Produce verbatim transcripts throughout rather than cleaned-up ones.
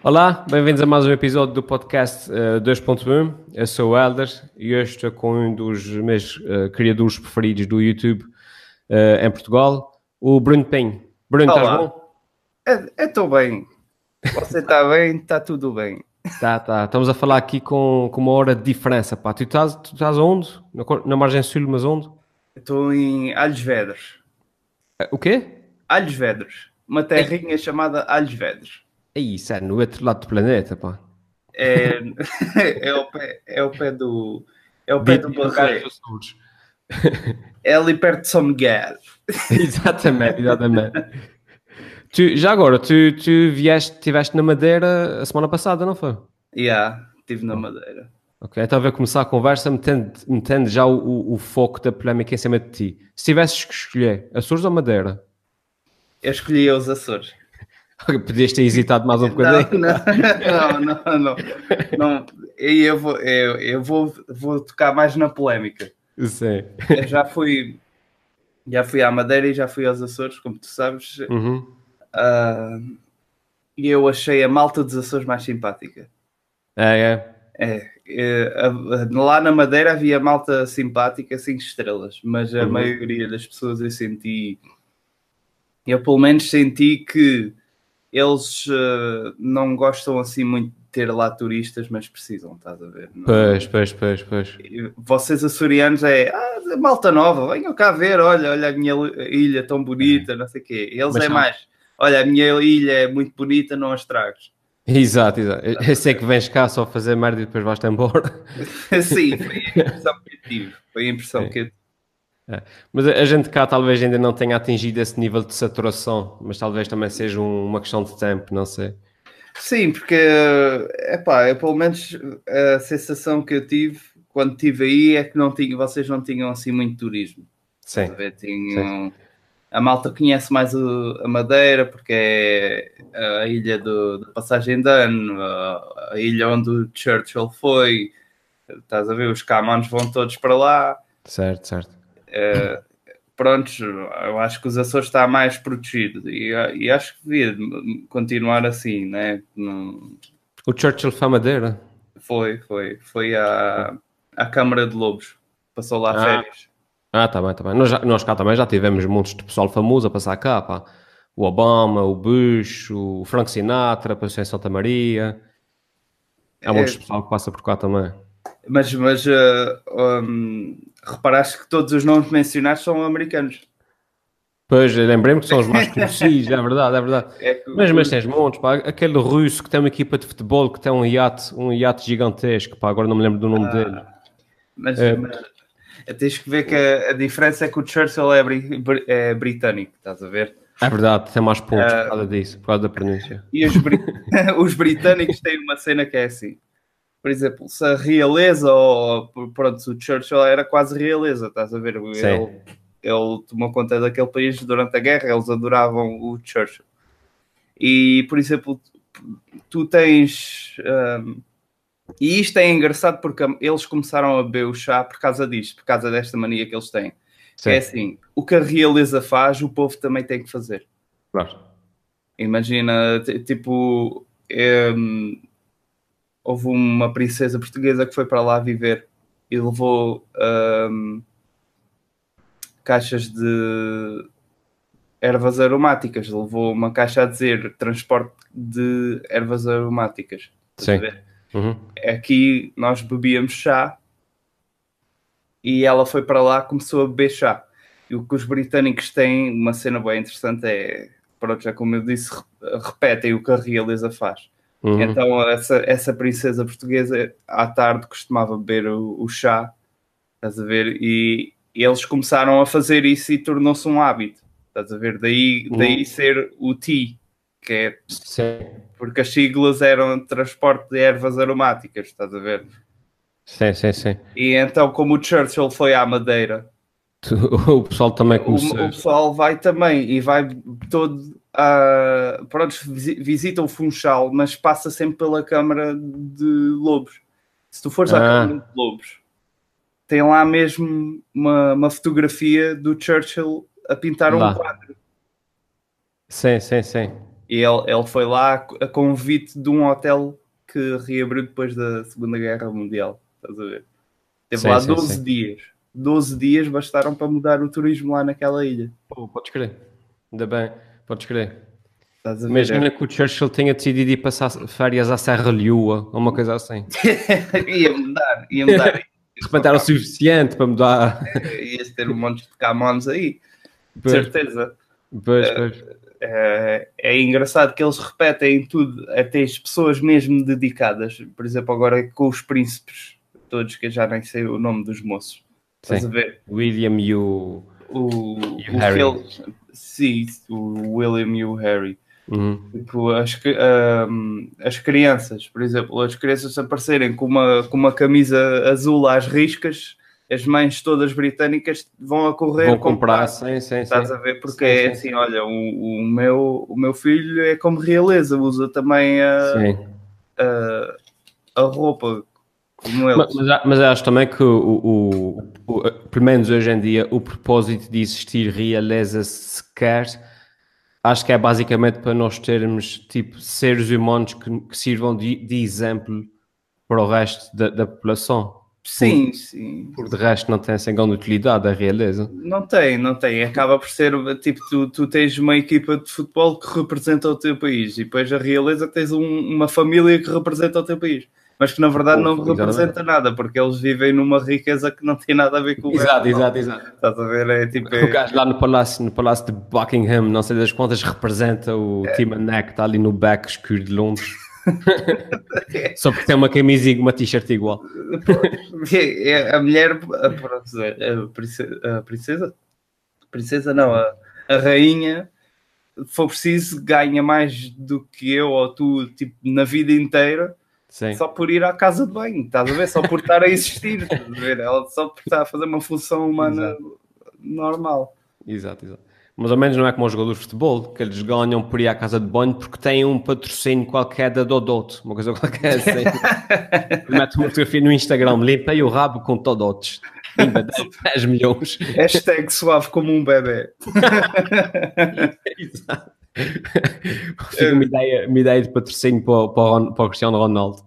Olá, bem-vindos a mais um episódio do podcast uh, dois ponto um. Eu sou o Helder e hoje estou com um dos meus uh, criadores preferidos do YouTube uh, em Portugal, o Bruno Pinho. Bruno, estás Olá, bom? estou bem. Você está bem? Está tudo bem. Tá, tá. Estamos a falar aqui com, com uma hora de diferença, pá. Tu estás, tu estás onde? Na, cor- na margem sul, mas onde? Estou em Alhos Vedros. Uh, o quê? Alhos Vedros. Uma Ei, terrinha chamada Alhos Vedros. ei, sério, no outro lado do planeta, pá. É, é, o pé, é o pé do... É o pé Dito do no Reis Barreiro. dos Açores. É ali perto de São Miguel. Exatamente, exatamente. Tu, já agora, tu, tu vieste, estiveste na Madeira a semana passada, não foi? Já, estive na Madeira. Ok, então a começar a conversa metendo, metendo já o, o, o foco da polémica em cima de ti. Se tivesses que escolher Açores ou Madeira, Eu escolhi os Açores. podias ter hesitado mais um Não, bocadinho. não, não, não, não. não. E eu, vou, eu, eu vou, vou tocar mais na polémica. Sim. Eu já fui, já fui à Madeira e já fui aos Açores, como tu sabes. Uhum. Uh, e eu achei a malta dos Açores mais simpática. É, é. É, é, a- a- lá na Madeira havia malta simpática, cinco estrelas, mas a Uhum. maioria das pessoas eu senti, eu pelo menos senti que eles uh, não gostam assim muito de ter lá turistas, mas precisam, estás a ver? Não- Pois, pois, pois, pois. Vocês açorianos é ah, malta nova, venham cá ver, olha, olha a minha ilha tão bonita, não sei o quê. Eles Mas é sabe- mais, olha, a minha ilha é muito bonita, não a estragues. Exato, exato. Eu eu sei que vens cá só fazer merda e depois vais-te embora. Sim, foi a impressão que eu tive. Foi a impressão Sim. que eu É. Mas a a gente cá talvez ainda não tenha atingido esse nível de saturação, mas talvez também seja um- uma questão de tempo, não sei. Sim, porque, epá, eu, pelo menos a sensação que eu tive quando estive aí é que não tinha, vocês não tinham assim muito turismo. Estás Sim, a ver? sim. Tinham, a malta conhece mais o- a Madeira porque é a ilha do, da passagem de ano, a, a ilha onde o Churchill foi. Estás a ver? Os camões vão todos para lá. Certo, certo. Prontos, eu acho que os Açores está mais protegido e, e acho que devia continuar assim, né? Não, O Churchill foi a Madeira? foi, foi, foi à, à Câmara de Lobos, passou lá Ah, férias. ah, tá bem, tá bem. Nós, já- nós cá também já tivemos montes de pessoal famoso a passar cá, pá. O Obama, o Bush, o Frank Sinatra, passou em Santa Maria. Há montes de É, pessoal que passa por cá também. mas mas uh, um, reparaste que todos os nomes mencionados são americanos. Pois, eu lembrei-me que são os mais conhecidos, é verdade, é verdade. É que Mas, mas os- tens montes, pá. Aquele russo que tem uma equipa de futebol, que tem um iate, um iate gigantesco, pá. Agora não me lembro do nome dele. mas, É, mas tens que ver que a, a diferença é que o Churchill é, bri- bri- é britânico, estás a ver? é verdade, tem mais pontos por causa disso, por causa da pronúncia. E os, bri- os britânicos têm uma cena que é assim. Por exemplo, se a realeza ou pronto, o Churchill era quase realeza, estás a ver? Ele, Sim. ele tomou conta daquele país durante a guerra, eles adoravam o Churchill. E, por exemplo, tu tens. Um, e isto é engraçado porque eles começaram a beber o chá por causa disto, por causa desta mania que eles têm. Sim, É assim, o que a realeza faz, o povo também tem que fazer. claro. Imagina, t- tipo, um, houve uma princesa portuguesa que foi para lá viver e levou um, caixas de ervas aromáticas, levou uma caixa a dizer transporte de ervas aromáticas. Estás a Sim. ver? Uhum. Aqui nós bebíamos chá e ela foi para lá e começou a beber chá. E o que os britânicos têm, uma cena bem interessante é, pronto, já como eu disse, repetem o que a realeza faz. Uhum. Então essa, essa princesa portuguesa à tarde costumava beber o, o chá, estás a ver? E, e eles começaram a fazer isso e tornou-se um hábito, estás a ver? Daí, daí Uhum. ser o tea, que é Sim. porque as siglas eram transporte de ervas aromáticas, estás a ver? Sim, sim, sim. E então, como o Churchill foi à Madeira, Tu- O pessoal também o, começou. o pessoal vai também e vai todo a. Pronto, visi- visita o Funchal, mas passa sempre pela Câmara de Lobos. Se tu fores à Câmara Ah, de Lobos, tem lá mesmo uma, uma fotografia do Churchill a pintar um lá. quadro. Sim, sim, sim. E ele, ele foi lá a convite de um hotel que reabriu depois da Segunda Guerra Mundial. Estás a ver? Teve Sim, lá sim, doze sim. dias. doze dias bastaram para mudar o turismo lá naquela ilha. Pô, podes crer. Ainda bem, podes crer. Estás a ver? Imagina que o Churchill tenha decidido ir passar férias à Serra Leoa, ou uma coisa assim. ia mudar, ia mudar. De repente era o suficiente para mudar. Ias ter um monte de camões aí, de Pois, certeza. pois, pois. É, é engraçado que eles repetem tudo, até as pessoas mesmo dedicadas. Por exemplo, agora com os príncipes, todos que eu já nem sei o nome dos moços. Estás Sim. a ver? William e o, O, e o o Harry. Phil, sim, o William e o Harry. Uhum. Tipo, as, um, as crianças, por exemplo, as crianças aparecerem com uma, com uma camisa azul às riscas, as mães todas britânicas vão a correr Vão comprar, comprar. sim, sim, Estás sim. a ver? Porque Sim, é sim, assim, sim. olha, o, o, meu, o meu filho é como realeza, usa também a, Sim. a, a roupa como Mas, eles. mas, a- mas acho também que, o, o, o, o- pelo menos hoje em dia, o propósito de existir realeza sequer, acho que é basicamente para nós termos tipo, seres humanos que, que sirvam de, de exemplo para o resto da, da população. Por, Sim, sim. por de resto não tem essa grande utilidade a realeza. Não tem, não tem. Acaba por ser tipo, tu, tu tens uma equipa de futebol que representa o teu país e depois a realeza tens um, uma família que representa o teu país, mas que na verdade não Povo, representa exatamente. nada porque eles vivem numa riqueza que não tem nada a ver com o resto. Exato, exato, exato. Estás a ver? É tipo. O É... gajo lá no palácio, no palácio de Buckingham, não sei das quantas, representa o Tim Manek, que está ali no back escuro de Londres. Só porque tem uma camisa e uma t-shirt igual. É, é a mulher, a, a, princesa, a princesa, princesa não, a, a rainha, se for preciso, ganha mais do que eu ou tu, tipo, na vida inteira. Sim. Só por ir à casa de banho, estás a ver? Só por estar a existir, estás a ver? Ela só por estar a fazer uma função humana Exato. normal. Exato, exato. Mas ao menos não é como os jogadores de futebol, que eles ganham por ir à casa de banho porque têm um patrocínio qualquer da Dodot, uma coisa qualquer assim. Mete uma fotografia no Instagram, limpei o rabo com Dodotes. Limpa dez milhões. Hashtag suave como um bebê. Exato. Fica uma ideia, uma ideia de patrocínio para, para, para o Cristiano Ronaldo.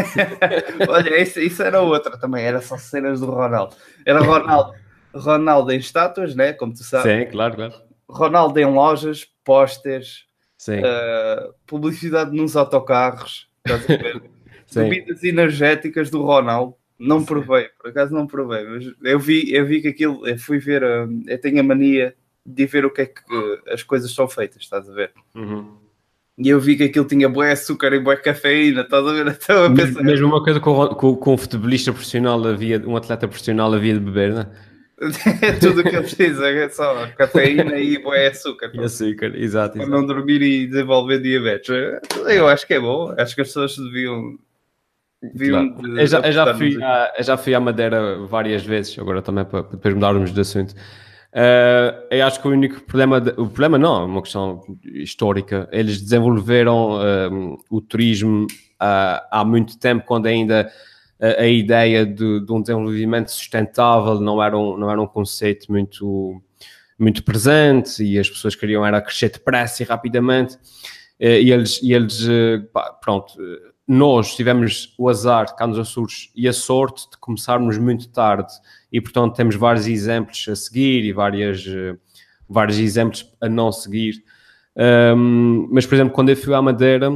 Olha, isso, isso era outra também, era só cenas do Ronaldo. Era Ronaldo, Ronaldo em estátuas, né? Como tu sabes. Sim, claro, claro. Ronaldo em lojas, pósteres, Sim. uh, publicidade nos autocarros, estás a ver? Bebidas energéticas do Ronaldo. Não provei, por acaso não provei, mas eu vi, eu vi que aquilo, eu fui ver, eu tenho a mania de ver o que é que as coisas são feitas, estás a ver? Uhum. E eu vi que aquilo tinha bué açúcar e bué cafeína, estás a ver? Então eu pensei... Mesmo uma coisa com, com, com um futebolista profissional, havia, um atleta profissional havia de beber, não é? É tudo o que eu preciso, é só cafeína e bué açúcar. E açúcar, exato, para exato. não dormir e desenvolver diabetes. Eu acho que é bom, acho que as pessoas deviam... deviam Claro. de, Eu, já, eu, já apostar fui nos- à, eu já fui à Madeira várias vezes, agora também para, para depois mudarmos de assunto. Uh, eu acho que o único problema, de, o problema não, é uma questão histórica. Eles desenvolveram um, o turismo uh, há muito tempo, quando ainda a, a ideia de, de um desenvolvimento sustentável não era um, não era um conceito muito, muito presente, e as pessoas queriam era crescer depressa e rapidamente. Uh, e eles, e eles uh, pá, pronto, nós tivemos o azar cá nos Açores e a sorte de começarmos muito tarde. E, portanto, temos vários exemplos a seguir e várias, uh, vários exemplos a não seguir. Um, mas, por exemplo, quando eu fui à Madeira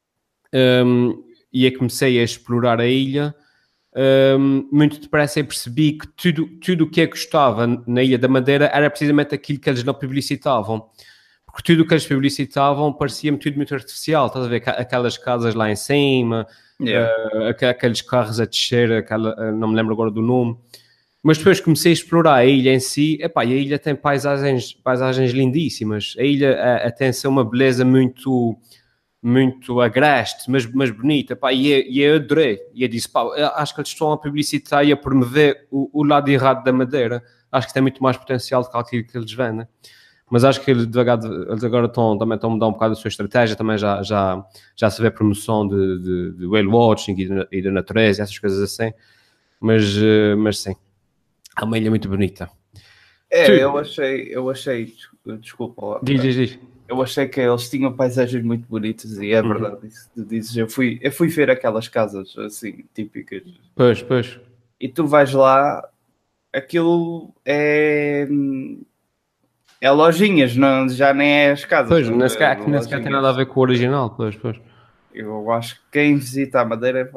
um, e eu comecei a explorar a ilha, um, muito depressa eu percebi que tudo, tudo o que eu gostava na Ilha da Madeira era precisamente aquilo que eles não publicitavam. Porque tudo o que eles publicitavam parecia-me tudo muito artificial. Estás a ver aquelas casas lá em cima, Yeah. uh, aqueles carros a descer, aquela, uh, não me lembro agora do nome. Mas depois comecei a explorar a ilha em si, epá, e a ilha tem paisagens, paisagens lindíssimas. A ilha a, a tem uma beleza muito, muito agreste, mas, mas bonita. Epá, e, eu, e eu adorei. E eu disse, pá, acho que eles estão a publicitar e a promover o, o lado errado da Madeira. Acho que tem muito mais potencial do que aquilo que eles vendem. Mas acho que eles, devagar, eles agora estão, também estão a mudar um bocado a sua estratégia. Também já, já, já se vê promoção de, de, de whale watching e de, e de natureza, essas coisas assim. Mas, mas sim. É uma ilha muito bonita. É, Tu... eu achei, eu achei, desculpa lá. Diz, diz, diz. eu achei que eles tinham paisagens muito bonitas e é verdade uhum. isso tu dizes. Eu fui, eu fui ver aquelas casas assim, típicas. Pois, pois. E tu vais lá, aquilo é... É lojinhas, não, já nem é as casas. Pois, nem sequer, é, nem sequer tem nada a ver com o original, pois, pois. Eu acho que quem visita a Madeira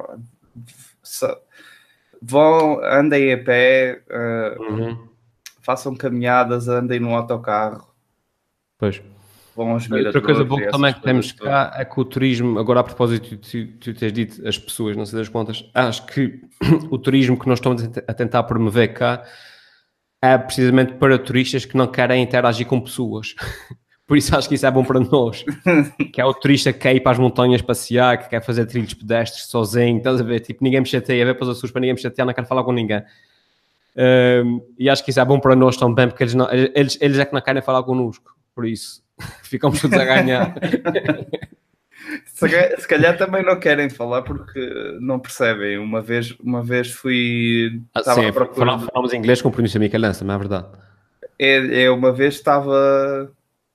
vão, andem a pé, uh, uhum. façam caminhadas, andem no autocarro. Pois. Vão aos miradores. Outra coisa boa também que temos cá é que o turismo, agora a propósito, tu, tu tens dito as pessoas, não sei das contas, acho que o turismo que nós estamos a tentar promover cá é precisamente para turistas que não querem interagir com pessoas. Por isso acho que isso é bom para nós. Que é o turista que quer ir para as montanhas passear, que quer fazer trilhos pedestres sozinho, estás a ver? Tipo, ninguém me chateia, a ver para os Açores para ninguém me chatear, não quero falar com ninguém. Um, e acho que isso é bom para nós também, porque eles, não, eles, eles é que não querem falar connosco. Por isso, ficamos todos a ganhar. Se calhar também não querem falar porque não percebem. Uma vez, uma vez fui... Ah, sim, procura... falamos inglês com o pronúncia micalense, não é verdade? É, é, uma vez estava...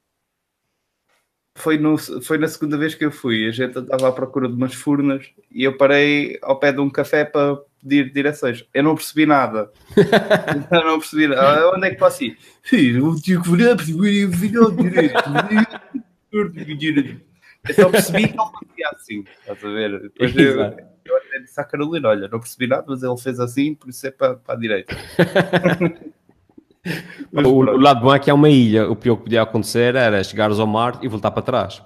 Foi, no, foi na segunda vez que eu fui. A gente estava à procura de umas furnas e eu parei ao pé de um café para pedir direções. Eu não percebi nada. Eu não percebi nada. Onde é que posso ir? Eu tinha que virar, virar direito. Eu só percebi que ele fazia assim. Estás a ver? Depois eu, eu até disse à Carolina, olha, não percebi nada, mas ele fez assim, por isso é para, para a direita. Mas, o, o lado bom é que é uma ilha. O pior que podia acontecer era chegares ao mar e voltar para trás.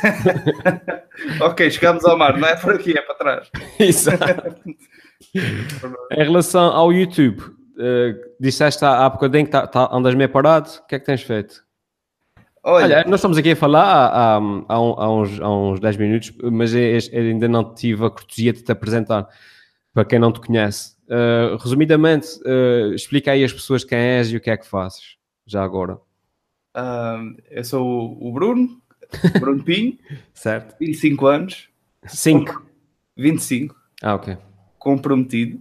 Ok, chegamos ao mar, não é por aqui, é para trás. Exato. Em relação ao YouTube, uh, disseste há bocadinho que tá, tá, andas meio parado. O que é que tens feito? Olha, Olha nós estamos aqui a falar há, há, há, há, uns, há uns dez minutos, mas eu, eu ainda não tive a cortesia de te apresentar, para quem não te conhece. Uh, resumidamente, uh, explica aí às pessoas quem és e o que é que fazes, já agora. Uh, eu sou o Bruno, Bruno Pinho, certo. vinte e cinco anos. cinco? vinte e cinco. Ah, ok. Comprometido.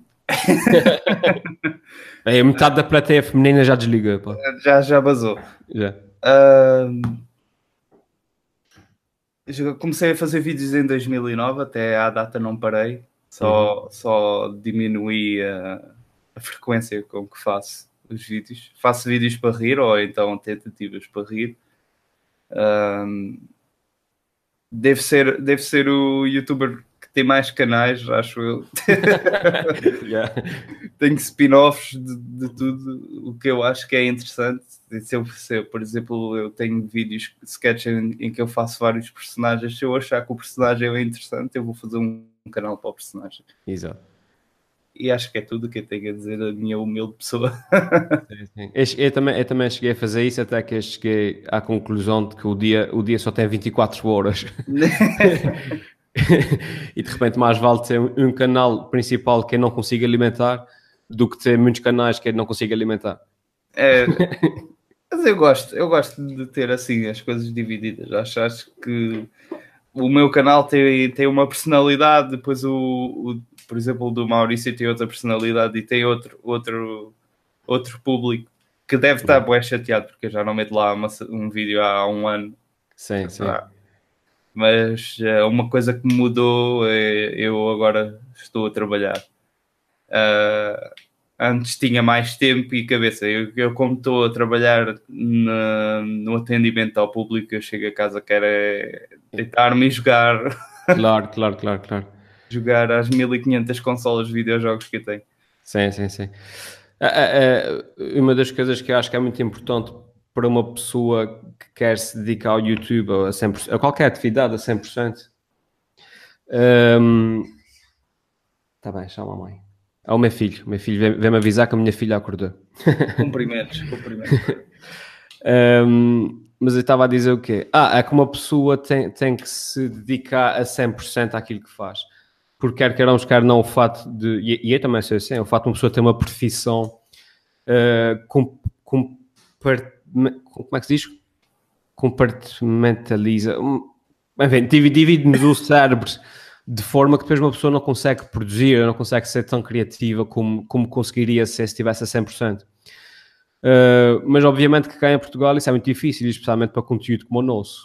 É, metade da plateia feminina já desliga. Pô. Já, já vazou. Já. Uh, comecei a fazer vídeos em dois mil e nove, até à data não parei. Só, uhum. só diminuí a, a frequência com que faço os vídeos. Faço vídeos para rir ou então tentativas para rir. Um, deve ser, deve ser o youtuber que tem mais canais, acho eu. yeah. Tenho spin-offs de, de tudo, o que eu acho que é interessante. Se eu, se eu, por exemplo, eu tenho vídeos, sketches em, em que eu faço vários personagens. Se eu achar que o personagem é interessante, eu vou fazer um um canal para o personagem. Exato. E acho que é tudo o que eu tenho a dizer a minha humilde pessoa. Sim, sim. Eu, eu, também, eu também cheguei a fazer isso até que eu cheguei à conclusão de que o dia, o dia só tem vinte e quatro horas. E de repente mais vale ter um canal principal que eu não consigo alimentar do que ter muitos canais que eu não consigo alimentar. É, mas eu gosto, eu gosto de ter assim as coisas divididas. Acho, acho que o meu canal tem, tem uma personalidade, depois o, o, por exemplo, o do Maurício tem outra personalidade e tem outro, outro, outro público que deve estar bué chateado porque eu já não meto lá uma, um vídeo há um ano. Sim, sim. Ah, mas uh, uma coisa que mudou é eu agora estou a trabalhar. Uh, antes tinha mais tempo e cabeça. Eu, eu como estou a trabalhar na, no atendimento ao público, eu chego a casa, quero é deitar-me e jogar. Claro, claro, claro, claro. Jogar as mil e quinhentas consolas de videojogos que eu tenho. Sim, sim, sim. Uma das coisas que eu acho que é muito importante para uma pessoa que quer se dedicar ao YouTube a, cem por cento, a qualquer atividade a cem por cento. Um, tá bem, chama a mãe. É o meu filho. O meu filho vem-me vem avisar que a minha filha acordou. Cumprimentos, cumprimentos. um, mas eu estava a dizer o quê? Ah, é que uma pessoa tem, tem que se dedicar a cem por cento àquilo que faz. Porque quer queiramos, quer não, o fato de... E, e eu também sou assim. O fato de uma pessoa ter uma profissão uh, com, com, como é que se diz? Compartimentaliza. Enfim, divide-nos o cérebro de forma que depois uma pessoa não consegue produzir, não consegue ser tão criativa como, como conseguiria ser se estivesse a cem por cento. Uh, mas obviamente que cá em Portugal isso é muito difícil, especialmente para conteúdo como o nosso,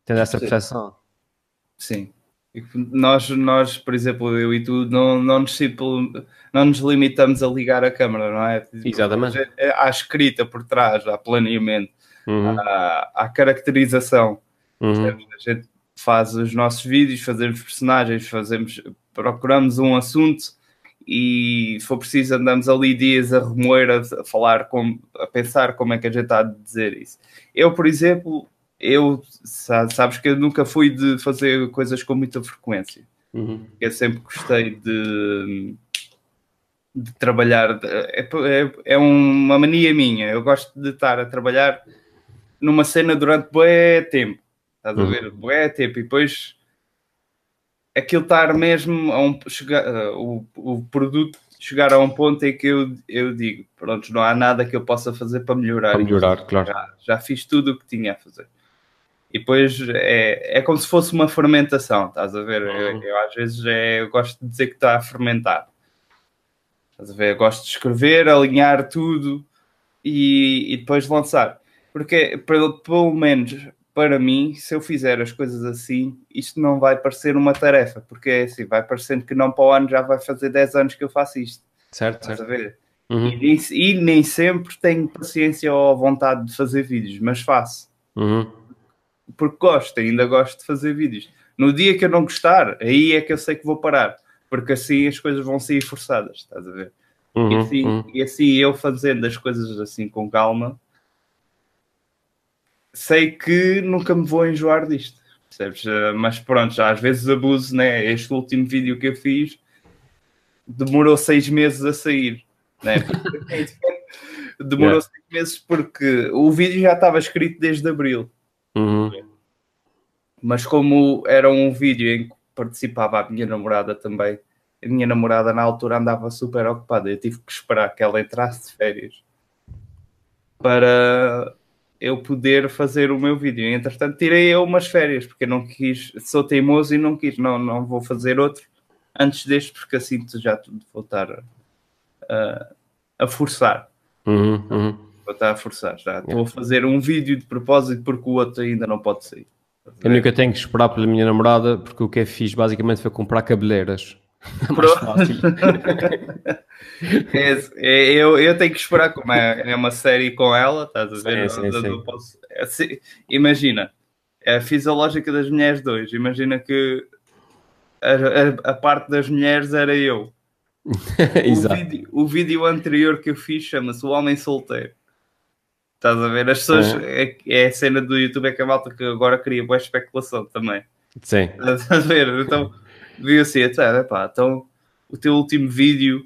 Tens essa percepção? Sim. Nós, nós, por exemplo, eu e tu, não, não, nos, não nos limitamos a ligar a câmera, não é? Exatamente. Há escrita por trás, há planeamento, uhum. há, há caracterização. Uhum. A gente faz os nossos vídeos, fazemos personagens, fazemos, procuramos um assunto e, se for preciso, andamos ali dias a remoer, a, a falar, com, a pensar como é que a gente está a dizer isso. Eu, por exemplo... Eu, sabes que eu nunca fui de fazer coisas com muita frequência. Uhum. Eu sempre gostei de, de trabalhar. É, é, é uma mania minha. Eu gosto de estar a trabalhar numa cena durante bué tempo. Estás a ver? Uhum. Bué tempo. E depois aquilo estar mesmo a um, chegar, o, o produto chegar a um ponto em que eu, eu digo, pronto, não há nada que eu possa fazer para melhorar. Para melhorar, isso. Claro. Já, já fiz tudo o que tinha a fazer. E depois é, é como se fosse uma fermentação, estás a ver? Uhum. Eu, eu às vezes é, eu gosto de dizer que está a fermentar. Estás a ver? Eu gosto de escrever, alinhar tudo e, e depois lançar. Porque, pelo, pelo menos para mim, se eu fizer as coisas assim, isto não vai parecer uma tarefa. Porque é assim, vai parecendo que não para o ano já vai fazer dez anos que eu faço isto. Certo, estás certo. a ver? Uhum. E, nem, e nem sempre tenho paciência ou vontade de fazer vídeos, mas faço. Uhum. Porque gosto, ainda gosto de fazer vídeos. No dia que eu não gostar, aí é que eu sei que vou parar, porque assim as coisas vão sair forçadas, estás a ver? Uhum, e, assim, uhum. e assim eu fazendo as coisas assim com calma, sei que nunca me vou enjoar disto, percebes? Mas pronto, já às vezes abuso, né? Este último vídeo que eu fiz demorou seis meses a sair, né? Demorou yeah. seis meses porque o vídeo já estava escrito desde abril. Uhum. Mas como era um vídeo em que participava a minha namorada também, a minha namorada na altura andava super ocupada. Eu tive que esperar que ela entrasse de férias para eu poder fazer o meu vídeo. E, entretanto, tirei eu umas férias, porque eu não quis, sou teimoso e não quis, não, não vou fazer outro antes deste, porque assim já tudo vou estar a, a forçar. Uhum, uhum. Vou estar a forçar, já estou yeah. a fazer um vídeo de propósito porque o outro ainda não pode sair. Eu nunca tenho que esperar pela minha namorada, porque o que eu fiz basicamente foi comprar cabeleiras. É mais fácil. é, é, eu, eu tenho que esperar, como é, é uma série com ela, estás a ver? Sim, sim, eu, sim. eu posso, é, se, imagina, é, fiz a lógica das mulheres dois. Imagina que a, a, a parte das mulheres era eu. o, vídeo, o vídeo anterior que eu fiz chama-se O Homem Solteiro. Estás a ver? As pessoas, é, é a cena do YouTube, é que a malta que agora cria boa especulação também. Sim. Estás a ver? Então, viu assim, epá, então o teu último vídeo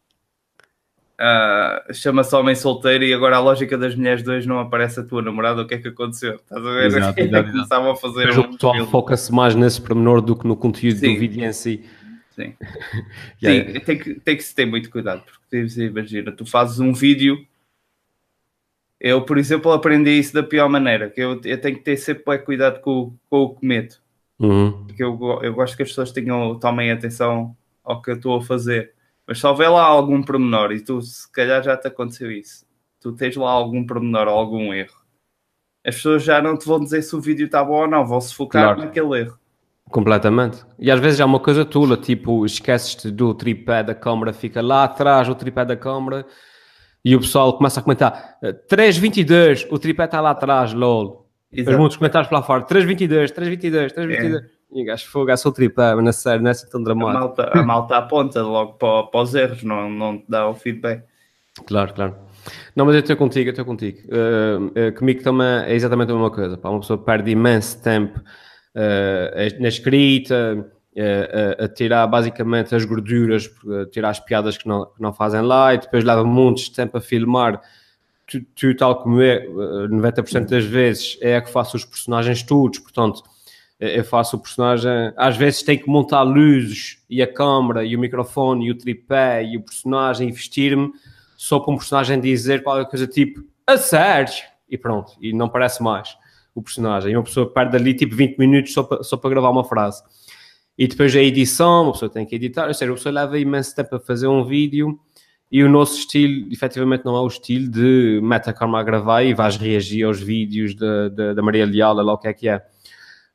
uh, chama-se Homem Solteiro e agora a lógica das mulheres dois não aparece a tua namorada, o que é que aconteceu? Estás a ver? Exato, exato. Começavam a fazer Mas um o pessoal foca-se mais nesse pormenor do que no conteúdo Sim. do vídeo em si. Sim. yeah. Sim, tem que, tem que se ter muito cuidado, porque imagina, tu fazes um vídeo. Eu, por exemplo, aprendi isso da pior maneira, que eu, eu tenho que ter sempre cuidado com, com o que meto. Uhum. Porque eu, eu gosto que as pessoas tenham, tomem atenção ao que eu estou a fazer. Mas se houver lá algum pormenor, e tu, se calhar já te aconteceu isso, tu tens lá algum pormenor ou algum erro, as pessoas já não te vão dizer se o vídeo está bom ou não, vão se focar claro. naquele erro. Completamente. E às vezes há uma coisa tula, tipo, esqueces-te do tripé da câmara, fica lá atrás o tripé da câmara, e o pessoal começa a comentar três vinte e dois, o tripé está lá atrás, lol. Depois muitos comentários para lá fora, três vinte e dois, três vinte e dois, três vinte e dois. É. E o gajo fogo, é só o tripé, mas na série não é assim tão dramático. A malta, a malta aponta logo para, para os erros, não, não te dá o feedback. Claro, claro. Não, mas eu estou contigo, eu estou contigo. Uh, uh, comigo também é exatamente a mesma coisa. Pá, uma pessoa perde imenso tempo uh, na escrita, uh, uh, a tirar basicamente as gorduras, a tirar as piadas que não, que não fazem lá, e depois leva muitos de tempo a filmar. Tu, tu, tal como eu, noventa por cento das vezes é a que faço os personagens todos, portanto, eu faço o personagem, às vezes tenho que montar luzes e a câmera e o microfone e o tripé e o personagem e vestir-me só para um personagem dizer qualquer coisa tipo a sério, e pronto, e não parece mais o personagem, e uma pessoa perde ali tipo vinte minutos só para, só para gravar uma frase. E depois a edição, uma pessoa tem que editar, ou seja, uma pessoa leva imenso tempo a fazer um vídeo. E o nosso estilo, efetivamente, não é o estilo de mete a câmera a gravar e vais reagir aos vídeos da, da, da Maria Leal, lá o que é que é.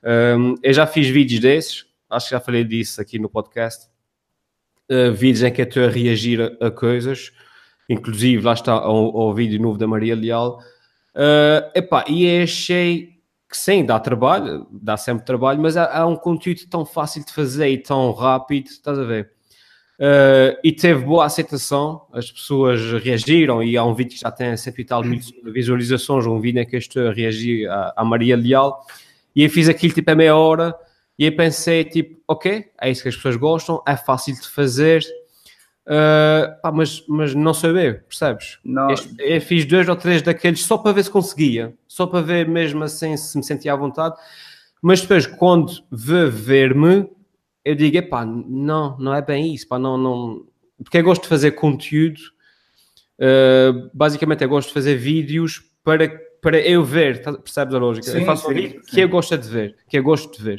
Um, eu já fiz vídeos desses, acho que já falei disso aqui no podcast. Uh, vídeos em que eu estou a reagir a, a coisas, inclusive lá está ao, ao vídeo novo da Maria Leal. Uh, epá, e achei que sim, dá trabalho, dá sempre trabalho, mas há, há um conteúdo tão fácil de fazer e tão rápido, estás a ver? Uh, e teve boa aceitação, as pessoas reagiram, e há um vídeo que já tem cento e tal mil visualizações, um vídeo em que eu estou a reagir à, à Maria Leal, e eu fiz aquilo tipo a meia hora, e eu pensei tipo, ok, é isso que as pessoas gostam, é fácil de fazer, uh, pá, mas, mas não sou eu, percebes? Não. Eu, eu fiz dois ou três daqueles só para ver se conseguia, só para ver mesmo assim se me sentia à vontade, mas depois quando vê ver-me, eu digo, epá, não, não é bem isso, pá, não, não... Porque eu gosto de fazer conteúdo, uh, basicamente eu gosto de fazer vídeos para, para eu ver, tá, percebes a lógica? Sim, eu faço sim, um vídeo sim. que eu gosto de ver, que eu gosto de ver.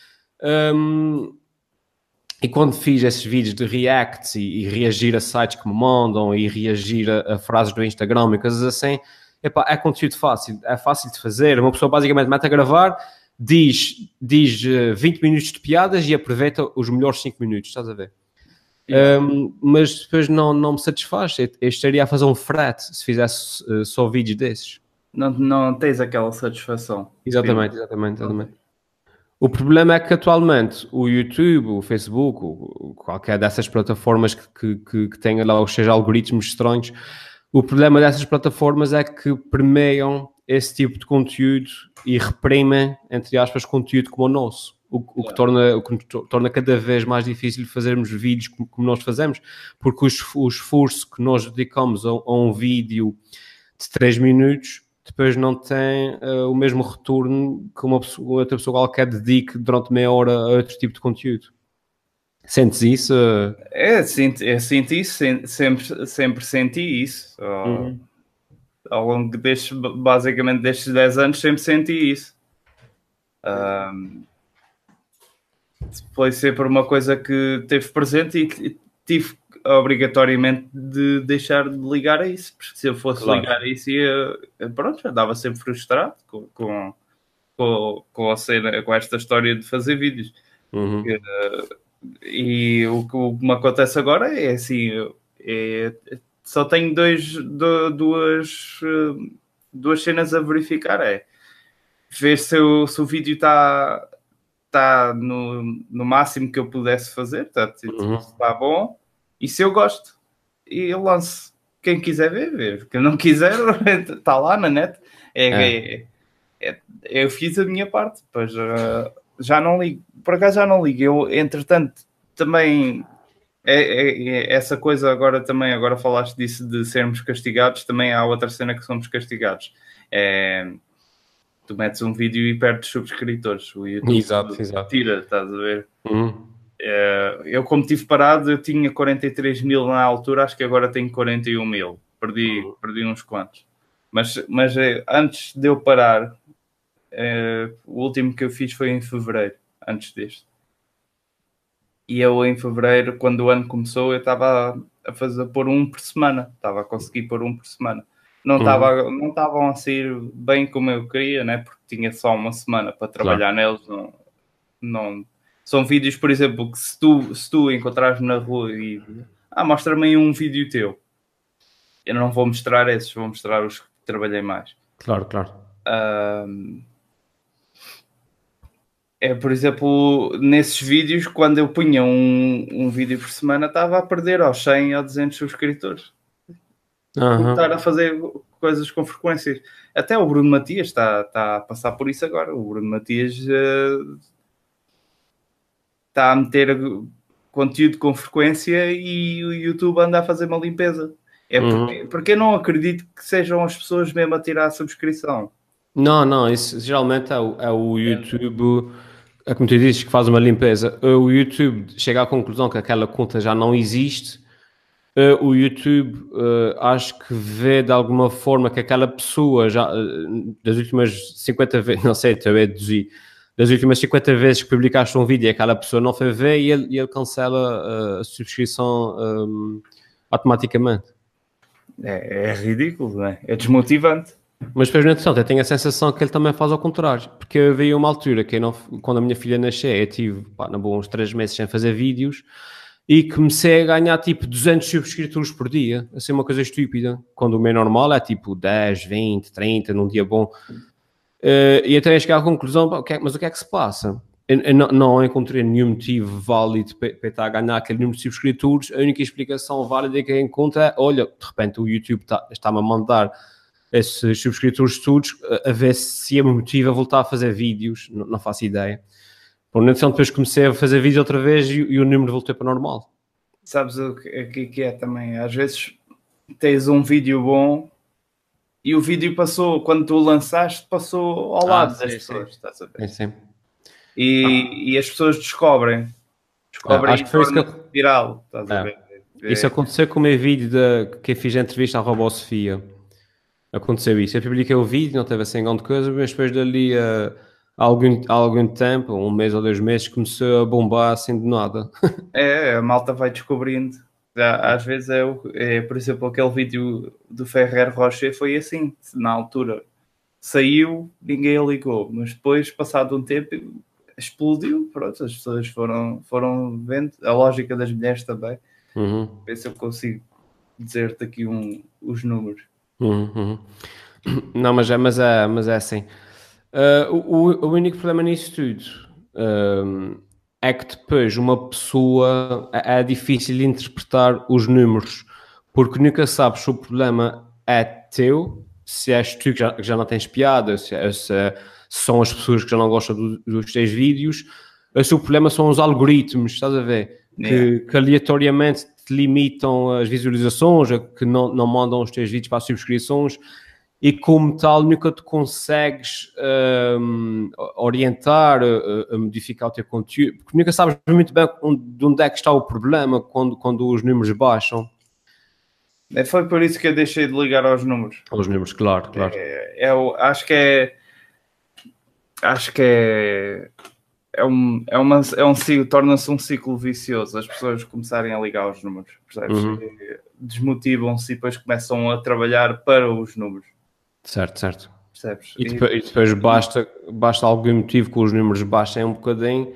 Um, e quando fiz esses vídeos de reacts e, e reagir a sites que me mandam e reagir a, a frases do Instagram e coisas assim, epá, é conteúdo fácil, é fácil de fazer, uma pessoa basicamente mete a gravar, diz, diz vinte minutos de piadas e aproveita os melhores cinco minutos, estás a ver? Yeah. Um, mas depois não, não me satisfaz. Eu, eu estaria a fazer um frete se fizesse uh, só vídeos desses. Não, não tens aquela satisfação. Exatamente, exatamente, exatamente. O problema é que atualmente o YouTube, o Facebook, o, qualquer dessas plataformas que, que, que tenha lá os seus algoritmos estranhos, o problema dessas plataformas é que permeiam esse tipo de conteúdo e reprimem, entre aspas, conteúdo como o nosso. O, o, que, torna, o que torna cada vez mais difícil fazermos vídeos como, como nós fazemos, porque o, o esforço que nós dedicamos a, a um vídeo de três minutos depois não tem uh, o mesmo retorno que uma pessoa, outra pessoa qualquer dedique durante meia hora a outro tipo de conteúdo. Sentes isso? É, sinto, eu sinto isso, sempre, sempre senti isso. Uhum. Ao longo destes, basicamente destes dez anos, sempre senti isso. Um, foi sempre uma coisa que teve presente e que tive obrigatoriamente de deixar de ligar a isso, porque se eu fosse claro. ligar a isso, ia, pronto, já andava sempre frustrado com, com, com, com, a cena, com esta história de fazer vídeos. Uhum. E o que me acontece agora é assim, é, só tenho dois, do, duas, duas cenas a verificar, é ver se, eu, se o vídeo está tá no, no máximo que eu pudesse fazer, tá, uhum. está bom, e se eu gosto, e eu lanço. Quem quiser ver, ver. Quem não quiser, está lá na net. É, é. É, é, eu fiz a minha parte, pois uh, já não ligo. Por acaso já não ligo. Eu, entretanto, também é, é, é essa coisa agora também, agora falaste disso de sermos castigados, também há outra cena que somos castigados. É, tu metes um vídeo e perdes subscritores. O YouTube exato, exato. tira, estás a ver? Uhum. É, eu, como tive parado, eu tinha quarenta e três mil na altura, acho que agora tenho quarenta e um mil. Perdi, uhum. perdi uns quantos. Mas, mas é, antes de eu parar, é, o último que eu fiz foi em fevereiro, antes deste. E eu, em fevereiro, quando o ano começou, eu estava a fazer a pôr um por semana. Estava a conseguir pôr um por semana. Não, estava, uhum. não estavam a sair bem como eu queria, né? Porque tinha só uma semana para trabalhar claro. neles. Não, não... São vídeos, por exemplo, que se tu, se tu encontrares na rua e... Ah, mostra-me aí um vídeo teu. Eu não vou mostrar esses, vou mostrar os que trabalhei mais. Claro, claro. Um... É, por exemplo, nesses vídeos, quando eu punha um, um vídeo por semana, estava a perder aos cem ou duzentos subscritores. Uhum. Por estar a fazer coisas com frequências. Até o Bruno Matias está, está a passar por isso agora. O Bruno Matias uh, está a meter conteúdo com frequência e o YouTube anda a fazer uma limpeza. É porque, uhum. porque eu não acredito que sejam as pessoas mesmo a tirar a subscrição. Não, não, isso geralmente é o, é o YouTube, é como tu dizes, que faz uma limpeza. O YouTube chega à conclusão que aquela conta já não existe. Uh, o YouTube uh, acho que vê de alguma forma que aquela pessoa já uh, das últimas cinquenta vezes, não sei, estou a deduzir, das últimas cinquenta vezes que publicaste um vídeo e aquela pessoa não foi ver e ele, e ele cancela uh, a subscrição um, automaticamente. É, é ridículo, não é? É desmotivante. Mas depois, no entanto, eu tenho a sensação que ele também faz ao contrário. Porque eu vi uma altura que eu não, quando a minha filha nasceu, eu tive, pá, na boa, uns três meses sem fazer vídeos e comecei a ganhar tipo duzentos subscritores por dia. Assim, uma coisa estúpida. Quando o meu normal é tipo dez, vinte, trinta num dia bom. Uh, e até chegar à conclusão, pá, o que é, mas o que é que se passa? Eu, eu não, não encontrei nenhum motivo válido para, para estar a ganhar aquele número de subscritores. A única explicação válida que eu encontro é, olha, de repente o YouTube está, está-me a mandar esses subscritores todos a, a ver se me motiva a voltar a fazer vídeos, não, não faço ideia. Por então depois comecei a fazer vídeos outra vez e, e o número voltou para normal. Sabes o que, que é também? Às vezes tens um vídeo bom e o vídeo passou, quando tu o lançaste, passou ao lado ah, das sim, pessoas, sim. Estás a ver? Sim, sim. E, ah. e as pessoas descobrem, descobrem ah, acho que foi isso que eu... viral, estás a ver? Isso aconteceu com o meu vídeo de, que eu fiz a entrevista à Robô Sofia. Aconteceu isso. Eu publiquei o vídeo, não teve assim grande coisa, mas depois dali a, a, algum, a algum tempo, um mês ou dois meses, começou a bombar assim de nada. É, a malta vai descobrindo. Às vezes é, é, por exemplo, aquele vídeo do Ferrer Rocher foi assim, na altura saiu, ninguém ligou, mas depois, passado um tempo, explodiu, pronto, as pessoas foram, foram vendo, a lógica das mulheres também. Uhum. Ver se eu consigo dizer-te aqui um, os números. Uhum, uhum. Não, mas é, mas é, mas é assim. Uh, o, o único problema nisso tudo uh, é que depois uma pessoa é, é difícil de interpretar os números, porque nunca sabes se o problema é teu, se és tu que já, que já não tens piada, se, é, se, é, se são as pessoas que já não gostam do, dos teus vídeos, ou se o problema são os algoritmos, estás a ver? Que, yeah. que aleatoriamente te limitam as visualizações, que não, não mandam os teus vídeos para as subscrições, e como tal nunca te consegues um, orientar, a, a modificar o teu conteúdo, porque nunca sabes muito bem onde, de onde é que está o problema quando, quando os números baixam. Foi por isso que eu deixei de ligar aos números. Aos números, claro, claro. É, é, acho que é... Acho que é... É um, é uma, é um ciclo, torna-se um ciclo vicioso, as pessoas começarem a ligar aos números, percebes? Uhum. Desmotivam-se e depois começam a trabalhar para os números. Certo, certo. Percebes? E depois, e depois basta, basta algum motivo que os números baixem um bocadinho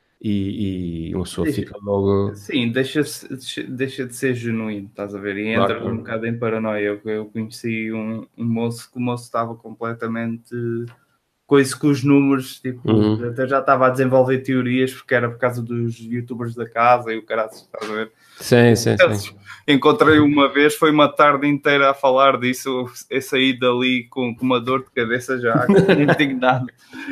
e, e uma pessoa deixa, fica logo... Sim, deixa, deixa de ser genuíno, estás a ver? E entra claro, um bocado em paranoia. Eu, eu conheci um, um moço que o moço estava completamente... coisa com os números, tipo, uhum. até já estava a desenvolver teorias porque era por causa dos youtubers da casa e o caralho, estás a ver? Sim, sim, eu, sim. Encontrei uma vez, foi uma tarde inteira a falar disso, eu saí dali com, com uma dor de cabeça já, indignado.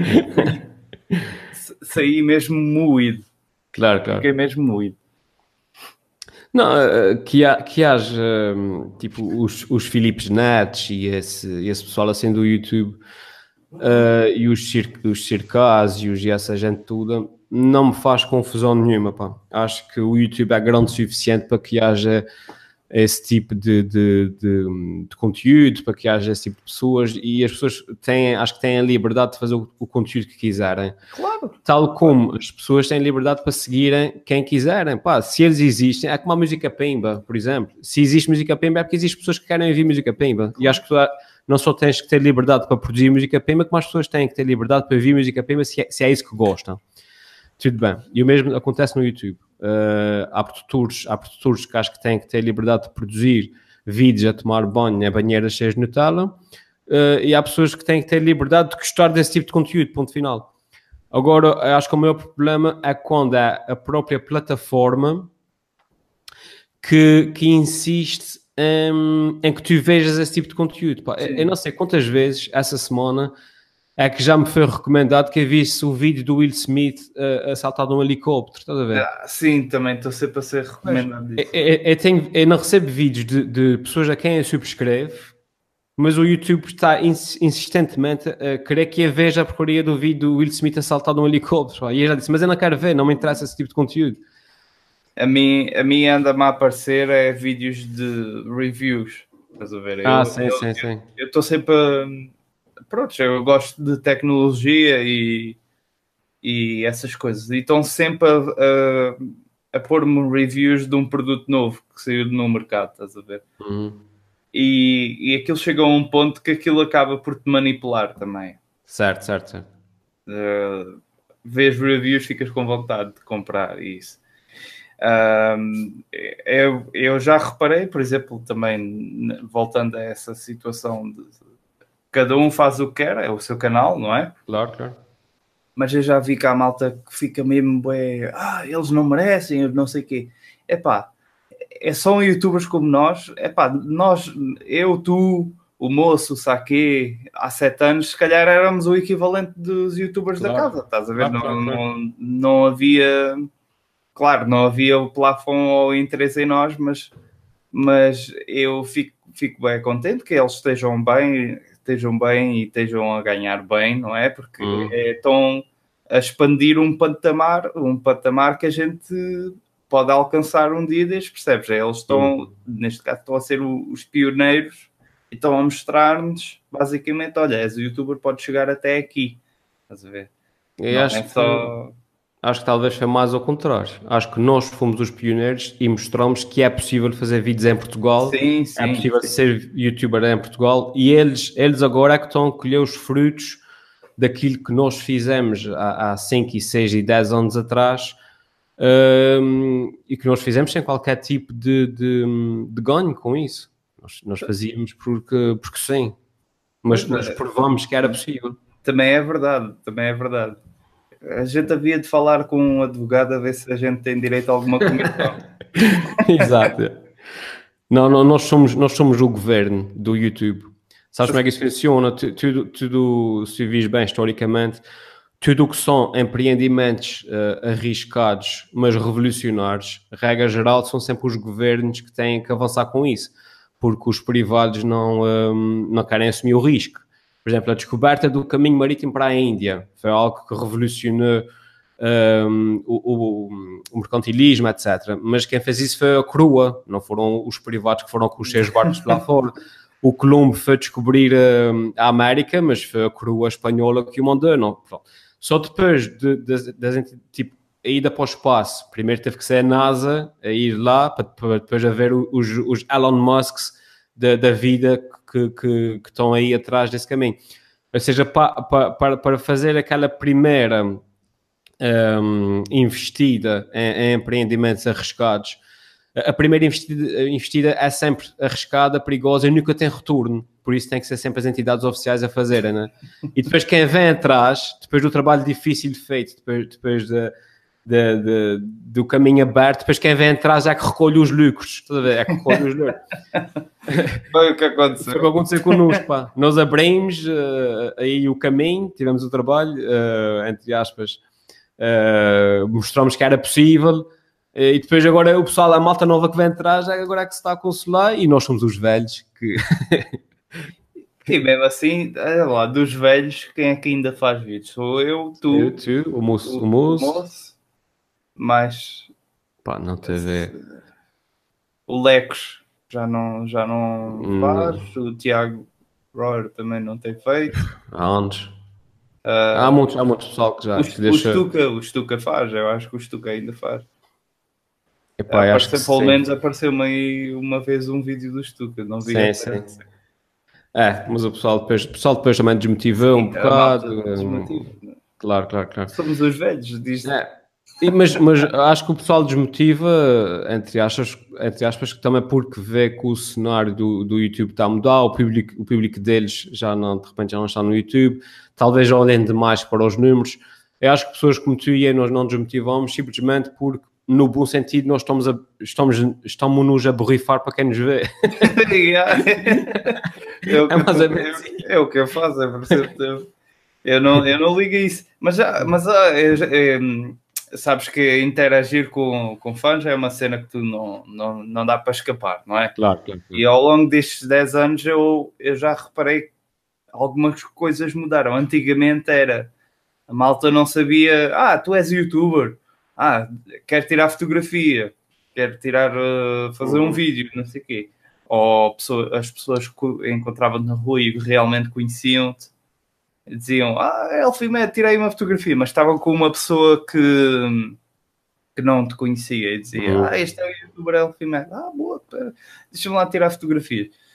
Saí mesmo moído. Claro, claro. Fiquei mesmo moído. Não, que, há, que haja, tipo, os, os Philips Nets e esse, esse pessoal assim do YouTube... Uh, e os, cir os circásios e essa gente toda, não me faz confusão nenhuma, pá. Acho que o YouTube é grande o suficiente para que haja esse tipo de, de, de, de conteúdo, para que haja esse tipo de pessoas, e as pessoas têm, acho que têm a liberdade de fazer o, o conteúdo que quiserem. Claro. Tal como as pessoas têm liberdade para seguirem quem quiserem. Pá, se eles existem, é como a música pimba, por exemplo. Se existe música pimba é porque existem pessoas que querem ouvir música pimba. Claro. E acho que tu não só tens que ter liberdade para produzir música pimba, como as pessoas têm que ter liberdade para ouvir música pimba se é, se é isso que gostam. Tudo bem. E o mesmo acontece no YouTube. Uh, há produtores, há produtores que acho que têm que ter liberdade de produzir vídeos a tomar banho na banheira cheias de Nutella, uh, e há pessoas que têm que ter liberdade de gostar desse tipo de conteúdo, ponto final. Agora, acho que o maior problema é quando é a própria plataforma que, que insiste em, em que tu vejas esse tipo de conteúdo. Pá, eu, eu não sei quantas vezes essa semana é que já me foi recomendado que eu visse o vídeo do Will Smith uh, a saltar de um helicóptero, estás a ver? Ah, sim, também estou sempre a ser recomendado disso. Eu, eu, eu, tenho, eu não recebo vídeos de, de pessoas a quem eu subscrevo, mas o YouTube está ins insistentemente a querer que eu veja a porcaria do vídeo do Will Smith a saltar de um helicóptero. E eu já disse, mas eu não quero ver, não me interessa esse tipo de conteúdo. A mim, a mim anda-me a aparecer é vídeos de reviews, estás a ver? Ah, eu, sim, eu, sim, eu, sim. Eu estou sempre a... Pronto, eu gosto de tecnologia e, e essas coisas. E estão sempre a, a, a pôr-me reviews de um produto novo que saiu no mercado, estás a ver? Uhum. e, e aquilo chega a um ponto que aquilo acaba por te manipular também. Certo, certo, certo. Uh, vês reviews, ficas com vontade de comprar isso. Um, eu, eu já reparei, por exemplo, também voltando a essa situação de cada um faz o que quer, é o seu canal, não é? Claro, claro. Mas eu já vi que há malta que fica mesmo bem, ah, eles não merecem, não sei o quê. Epá, é só youtubers como nós, epá, nós, eu, tu, o moço, o Saque, há sete anos, se calhar éramos o equivalente dos youtubers claro. Da casa, estás a ver? Claro, não, claro, claro. Não, não havia, claro, não havia o plafond ou o interesse em nós, mas, mas eu fico, fico bem contente que eles estejam bem, estejam bem e estejam a ganhar bem, não é? Porque hum. é, estão a expandir um patamar, um patamar que a gente pode alcançar um dia destes, percebes? Eles estão, hum. neste caso, estão a ser os pioneiros e estão a mostrar-nos, basicamente, olha, és o youtuber, pode chegar até aqui. Estás a ver? Eu não acho é só... que... Acho que talvez foi mais ao contrário. Acho que nós fomos os pioneiros e mostramos que é possível fazer vídeos em Portugal. Sim, sim, é possível sim. ser youtuber em Portugal. E eles, eles agora é que estão a colher os frutos daquilo que nós fizemos há, há cinco, seis e dez anos atrás um, e que nós fizemos sem qualquer tipo de, de, de ganho com isso. Nós, nós fazíamos porque, porque sim. Mas nós provamos que era possível. Também é verdade, também é verdade. A gente havia de falar com um advogado a ver se a gente tem direito a alguma comissão. Exato. Não, não, nós somos, nós somos o governo do YouTube. Sabes como é que isso funciona? Tudo, tudo se vis bem historicamente, tudo o que são empreendimentos uh, arriscados, mas revolucionários, regra geral, são sempre os governos que têm que avançar com isso, porque os privados não, um, não querem assumir o risco. Por exemplo, a descoberta do caminho marítimo para a Índia foi algo que revolucionou um, o, o, o mercantilismo, etcétera. Mas quem fez isso foi a coroa, não foram os privados que foram com os seus barcos lá fora. O Colombo foi descobrir um, a América, mas foi a coroa espanhola que o mandou. Não. Só depois de, de, de, de tipo, a ida para o espaço, primeiro teve que ser a NASA a ir lá, para, para depois haver os, os Elon Musks da, da vida que, que, que estão aí atrás desse caminho. Ou seja, para, para, para fazer aquela primeira um, investida em, em empreendimentos arriscados, a primeira investida, investida é sempre arriscada, perigosa e nunca tem retorno. Por isso tem que ser sempre as entidades oficiais a fazerem, né? E depois quem vem atrás, depois do trabalho difícil feito, depois, depois de, de, de, do caminho aberto, depois quem vem atrás é que recolhe os lucros. Estás a ver? É que recolhe os lucros. Foi o que aconteceu. Foi o que aconteceu connosco, pá. Nós abrimos uh, aí o caminho, tivemos o trabalho, uh, entre aspas, uh, mostramos que era possível. E depois agora o pessoal, a malta nova que vem atrás, agora é que se está a consolar e nós somos os velhos que... E mesmo assim, olha lá, dos velhos, quem é que ainda faz vídeos? Sou eu, tu, eu, tu o moço, o, o moço, o moço, mas... Pá, não te vê. O Lecos já não, já não hum. faz, o Tiago Royer também não tem feito. Há anos. Uh, há, muitos, há muitos pessoal que já... O, que o, deixa... Stuka, o Stuka faz, eu acho que o Stuka ainda faz. Epá, Apareceu, acho que pelo sim. menos apareceu-me aí uma vez um vídeo do Stuka, não vi. Sim, sim. sim. É, mas o pessoal depois, o pessoal depois também desmotivou sim, um bocado. Desmotiva. Claro, claro, claro. Somos os velhos, diz. É. E, mas, mas acho que o pessoal desmotiva, entre aspas, entre aspas, também porque vê que o cenário do, do YouTube está a mudar, o público, o público deles já não, de repente já não está no YouTube, talvez já olhem demais para os números. Eu acho que pessoas como tu e eu nós não desmotivamos simplesmente porque, no bom sentido, nós estamos a, estamos, estamos-nos a borrifar para quem nos vê. é, o que é, mais eu, é, é o que eu faço, é por certeza. Eu não, eu não ligo a isso. Mas, já, mas é, é, sabes que interagir com, com fãs é uma cena que tu não, não, não dá para escapar, não é? Claro, claro, claro. E ao longo destes dez anos eu, eu já reparei que algumas coisas mudaram. Antigamente era, a malta não sabia, ah, tu és youtuber, ah, quero tirar fotografia, quero tirar, uh, fazer um vídeo, não sei o quê. Ou pessoa, as pessoas que encontravam na rua e realmente conheciam-te, diziam, ah, Elfimed, tirei uma fotografia, mas estavam com uma pessoa que, que não te conhecia e dizia, uhum. ah, este é o youtuber Elfimed, ah, boa, pera, deixa-me lá tirar fotografias.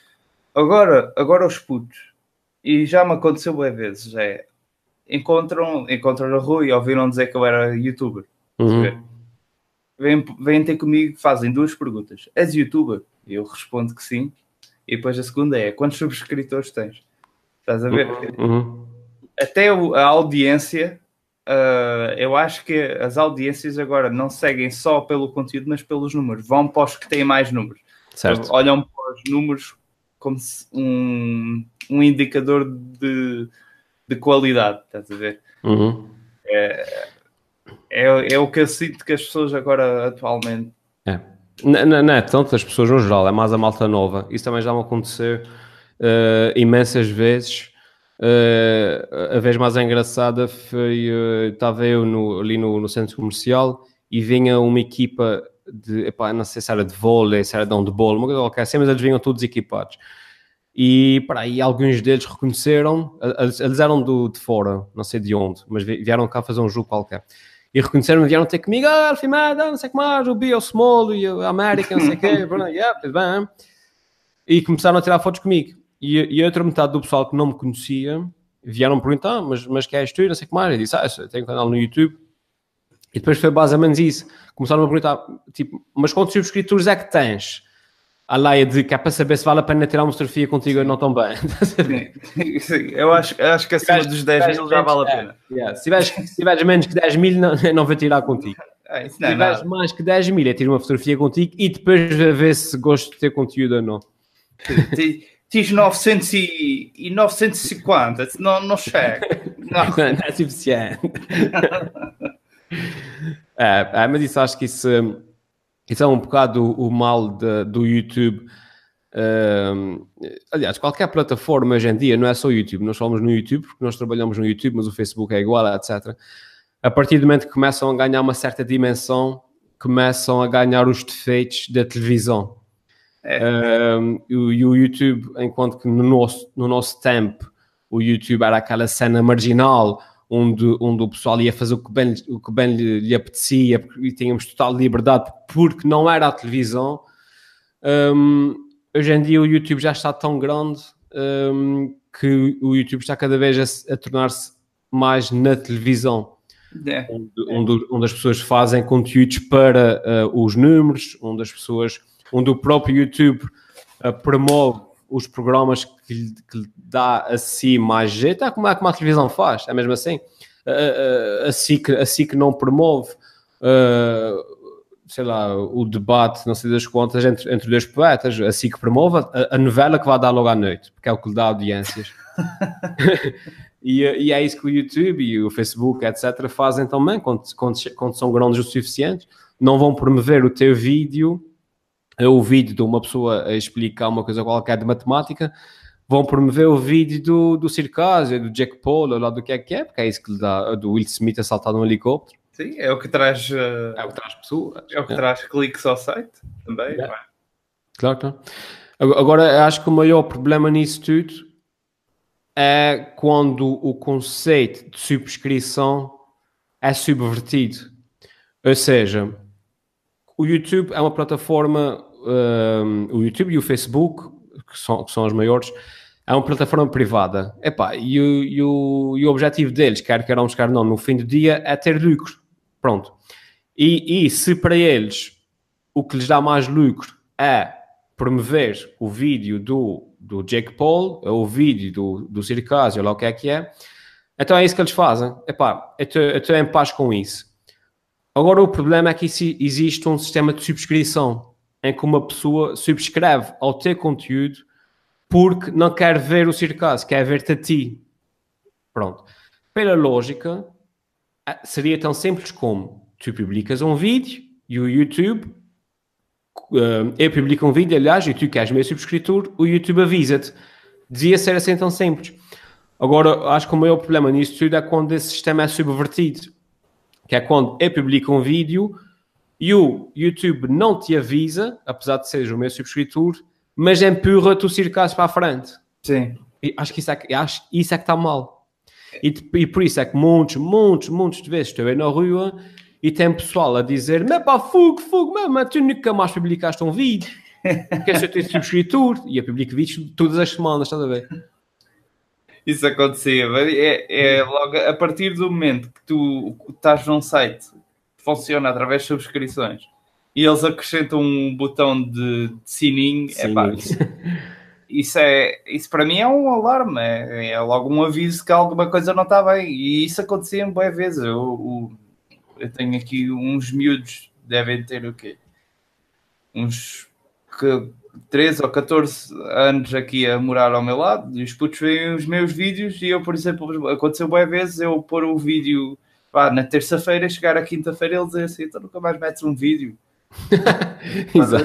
Agora, agora os putos, e já me aconteceu boas vezes, é, encontram, encontram na rua e ouviram dizer que eu era youtuber. Uhum. Vêm, vêm ter comigo, fazem duas perguntas. És youtuber? E eu respondo que sim. E depois a segunda é, quantos subscritores tens? Estás a ver? Uhum. Até a audiência, uh, eu acho que as audiências agora não seguem só pelo conteúdo, mas pelos números. Vão para os que têm mais números. Certo. Olham para os números como se um, um indicador de, de qualidade, estás a ver? Uhum. É, é, é o que eu sinto que as pessoas agora atualmente... É. Não, não é tanto as pessoas no geral, é mais a malta nova. Isso também já me aconteceu uh, imensas vezes. Uh, a vez mais engraçada foi, uh, estava eu no, ali no, no centro comercial e vinha uma equipa de, epá, não sei se era de vôlei, se era de handball, uma coisa qualquer assim, mas eles vinham todos equipados. E, para aí, alguns deles reconheceram, eles, eles eram do, de fora, não sei de onde, mas vieram cá fazer um jogo qualquer. E reconheceram-me, vieram ter comigo, ah, Alfimada, não sei o que mais, o Bio Small e a América, não sei o quê, yeah, tudo bem. E começaram a tirar fotos comigo. E, e a outra metade do pessoal que não me conhecia, vieram perguntar, mas, mas que és tu, não sei o que mais. Eu disse, ah, eu tenho um canal no YouTube. E depois foi basicamente isso. Começaram a perguntar, tipo, mas quantos subscritores é que tens? A laia de que é para saber se vale a pena tirar uma fotografia contigo ou não tão bem. Sim, sim. Eu acho, acho que acima dos dez mil já vale a pena. É, yeah. Se, tiveres, se tiveres menos que dez mil, não, não vou tirar contigo. É, isso se não é tiveres nada. mais que dez mil, é tirar uma fotografia contigo e depois ver se gosto de ter conteúdo ou não. Tens novecentos e novecentos e cinquenta, não, não chega. Não. Não, não é suficiente. é, é, mas isso acho que isso, isso é um bocado o, o mal de, do YouTube. Um, aliás, qualquer plataforma hoje em dia, não é só o YouTube, nós falamos no YouTube porque nós trabalhamos no YouTube, mas o Facebook é igual, etcétera. A partir do momento que começam a ganhar uma certa dimensão, começam a ganhar os defeitos da televisão. É. Um, e, o, e o YouTube, enquanto que no nosso, no nosso tempo o YouTube era aquela cena marginal onde, onde o pessoal ia fazer o que bem, o que bem lhe, lhe apetecia e tínhamos total liberdade porque não era a televisão. Um, hoje em dia o YouTube já está tão grande um, que o YouTube está cada vez a, a tornar-se mais na televisão. É. Onde, onde, onde as pessoas fazem conteúdos para uh, os números, onde as pessoas, onde o próprio YouTube uh, promove os programas que lhe, que lhe dá a si mais jeito, é como, é como a televisão faz, é mesmo assim. Uh, uh, a SIC, a SIC não promove uh, sei lá, o debate, não sei das contas, entre, entre dois poetas, a SIC promove a, a novela que vai dar logo à noite, porque é o que lhe dá audiências. E, e é isso que o YouTube e o Facebook, etcétera, fazem também, quando, quando, quando são grandes o suficiente. Não vão promover o teu vídeo, o vídeo de uma pessoa a explicar uma coisa qualquer de matemática, vão promover o vídeo do, do Circásio, do Jack Paul, ou lá do que é que é, porque é isso que lhe dá, do Will Smith a saltar num helicóptero. Sim, é o que traz... Uh, é o que traz pessoas. É o que é. traz cliques ao site também. É. Claro, claro. Agora, acho que o maior problema nisso tudo é quando o conceito de subscrição é subvertido. Ou seja, o YouTube é uma plataforma, um, o YouTube e o Facebook, que são, que são os maiores, é uma plataforma privada. Epá, e, o, e, o, e o objetivo deles, quer queiramos, quer não, no fim do dia, é ter lucro. Pronto. E, e se para eles o que lhes dá mais lucro é promover o vídeo do, do Jake Paul, ou o vídeo do, do Circásio, ou lá o que é que é, então é isso que eles fazem. Epá, eu estou em paz com isso. Agora o problema é que existe um sistema de subscrição em que uma pessoa subscreve ao teu conteúdo porque não quer ver o Circásio, quer ver-te a ti. Pronto. Pela lógica, seria tão simples como tu publicas um vídeo e o YouTube... Uh, eu publico um vídeo, aliás, e tu queres meu subscritor, o YouTube avisa-te. Devia ser assim tão simples. Agora, acho que o maior problema nisso tudo é quando esse sistema é subvertido. Que é quando eu publico um vídeo e o YouTube não te avisa, apesar de seres o meu subscritor, mas empurra-te o Circásio para a frente. Sim. E acho que isso é que, acho, isso é que está mal. E, e por isso é que muitos, muitos, muitos de vezes estou aí na rua... E tem pessoal a dizer, mas pá, fogo, fogo, mas tu nunca mais publicaste um vídeo. quer ser teu subscritor? E eu publico vídeos todas as semanas, estás a ver? Isso acontecia. É, é logo a partir do momento que tu estás num site que funciona através de subscrições e eles acrescentam um botão de, de sininho, Sim. epá, isso, isso, é, isso para mim é um alarme, é, é logo um aviso que alguma coisa não está bem. E isso acontecia boas vezes. Eu, eu, eu tenho aqui uns miúdos, devem ter o quê? Uns que, treze ou catorze anos aqui a morar ao meu lado, e os putos veem os meus vídeos e eu, por exemplo, aconteceu boas vezes eu pôr o vídeo pá, na terça-feira, chegar à quinta-feira e eles dizem assim, então nunca mais metes um vídeo. Exato.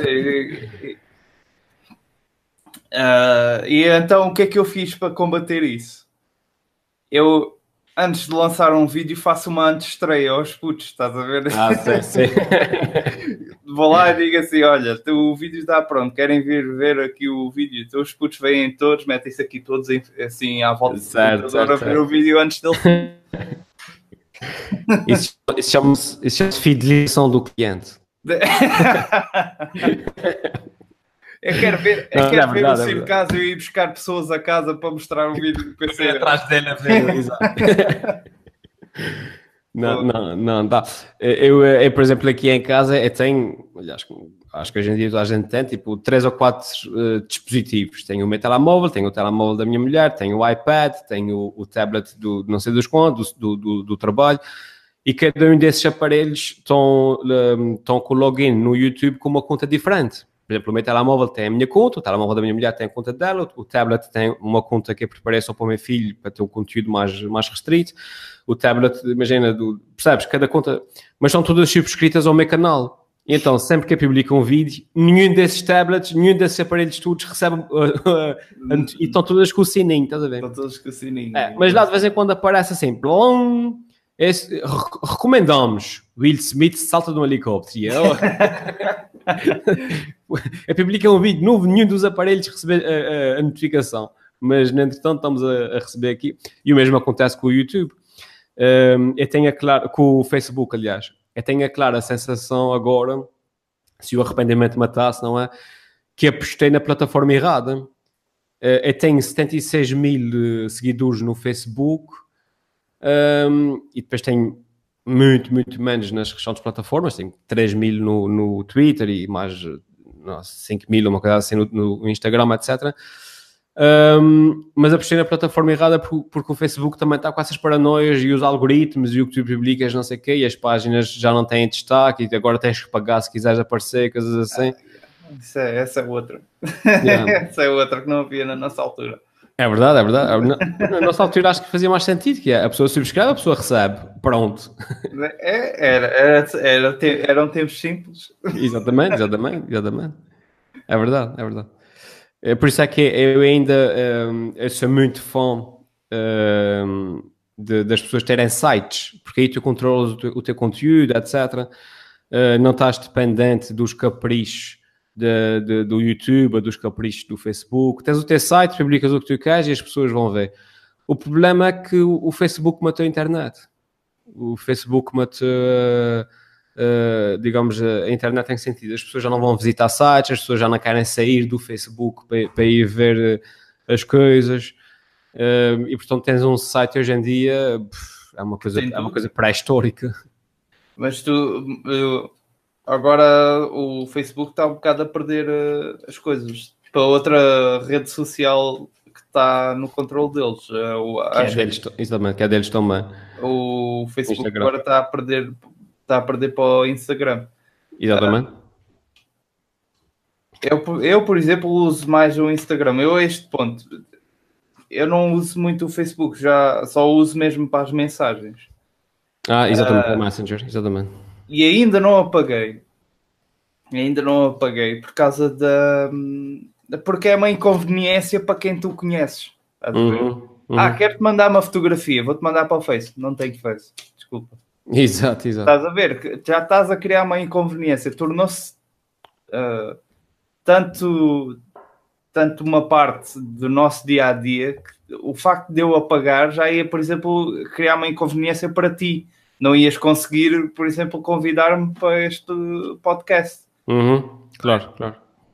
Uh, e então o que é que eu fiz para combater isso? Eu, antes de lançar um vídeo, faço uma antestreia aos putos, estás a ver? Ah, sim, sim. Vou lá e digo assim, olha, o vídeo está pronto, querem vir ver aqui o vídeo? Então os putos vêm todos, metem-se aqui todos assim à volta certo, do certo, a ver certo. o vídeo antes dele. Isso, isso chama-se chama fidelização do cliente. Eu quero ver, eu Não, quero é ver verdade, o é Ciro Caso e ir buscar pessoas a casa para mostrar o vídeo do P C. Atrás dele a ver, exato. Não, não, não dá. Eu, eu, por exemplo, aqui em casa, eu tenho, acho, acho que hoje em dia toda a gente tem, tipo, três ou quatro uh, dispositivos. Tenho o meu telemóvel, tenho o telemóvel da minha mulher, tenho o iPad, tenho o, o tablet do não sei dos quantos, do, do, do trabalho, e cada um desses aparelhos estão, um, estão com o login no YouTube com uma conta diferente. Por exemplo, o meu telemóvel tem a minha conta, o telemóvel da minha mulher tem a conta dela, o tablet tem uma conta que eu preparei só para o meu filho, para ter um conteúdo mais, mais restrito. O tablet, imagina, do, percebes, cada conta... Mas são todas subscritas ao meu canal. E então, sempre que eu publico um vídeo, nenhum desses tablets, nenhum desses aparelhos todos recebe... Uh, uh, uh, e estão todas com o sininho, estás a ver? Estão todas com o sininho. É, mas lá de vez em quando aparece assim... Blum, esse, recomendamos Will Smith salta de um helicóptero. E eu... eu publico um vídeo novo, nenhum dos aparelhos recebe a, a, a notificação. Mas, no entretanto, estamos a, a receber aqui. E o mesmo acontece com o YouTube. Um, eu tenho a clara, com o Facebook, aliás, eu tenho a clara sensação agora, se o arrependimento matasse, não é? Que apostei na plataforma errada. Uh, eu tenho setenta e seis mil seguidores no Facebook um, e depois tenho muito, muito menos nas restantes plataformas. Tenho três mil no, no Twitter e mais não, cinco mil, uma coisa assim no, no Instagram, etcétera. Um, mas apostei na plataforma errada porque, porque o Facebook também está com essas paranoias e os algoritmos e o que tu publicas não sei o quê e as páginas já não têm destaque e agora tens que pagar se quiseres aparecer, coisas assim. Ah, isso é, essa é outra. Yeah. Essa é outra que não havia na nossa altura. É verdade, é verdade. Na, na nossa altura acho que fazia mais sentido, que é a pessoa subscreve, a pessoa recebe. Pronto. É, era, era, era, eram tempos simples. Exatamente, exatamente, exatamente. É verdade, é verdade. Por isso é que eu ainda um, eu sou muito fã um, de, das pessoas terem sites, porque aí tu controlas o teu, o teu conteúdo, etcétera. Uh, não estás dependente dos caprichos de, de, do YouTube, dos caprichos do Facebook. Tens o teu site, publicas o que tu queres e as pessoas vão ver. O problema é que o, o Facebook matou a internet. O Facebook matou... Uh, Uh, digamos, a internet tem sentido, as pessoas já não vão visitar sites, as pessoas já não querem sair do Facebook para, para ir ver uh, as coisas uh, e portanto tens um site hoje em dia pff, é uma coisa, é uma coisa pré-histórica. Mas tu eu, agora o Facebook está um bocado a perder uh, as coisas para outra rede social que está no controle deles. Uh, que, é deles exatamente, que é deles também. O Facebook Instagram. Agora está a perder está a perder para o Instagram. Exatamente. Uh, eu, eu, por exemplo, uso mais o Instagram. Eu a este ponto, eu não uso muito o Facebook, já só uso mesmo para as mensagens. Ah, exatamente, uh, o Messenger, exatamente. E ainda não apaguei. Ainda não apaguei por causa da... Porque é uma inconveniência para quem tu conheces. Uhum, uhum. Ah, quero-te mandar uma fotografia, vou-te mandar para o Face. Não tenho Face, desculpa. Exato, exato. Estás a ver? Já estás a criar uma inconveniência. Tornou-se uh, tanto, tanto uma parte do nosso dia-a-dia que o facto de eu apagar já ia, por exemplo, criar uma inconveniência para ti. Não ias conseguir, por exemplo, convidar-me para este podcast. Uhum. Claro, claro.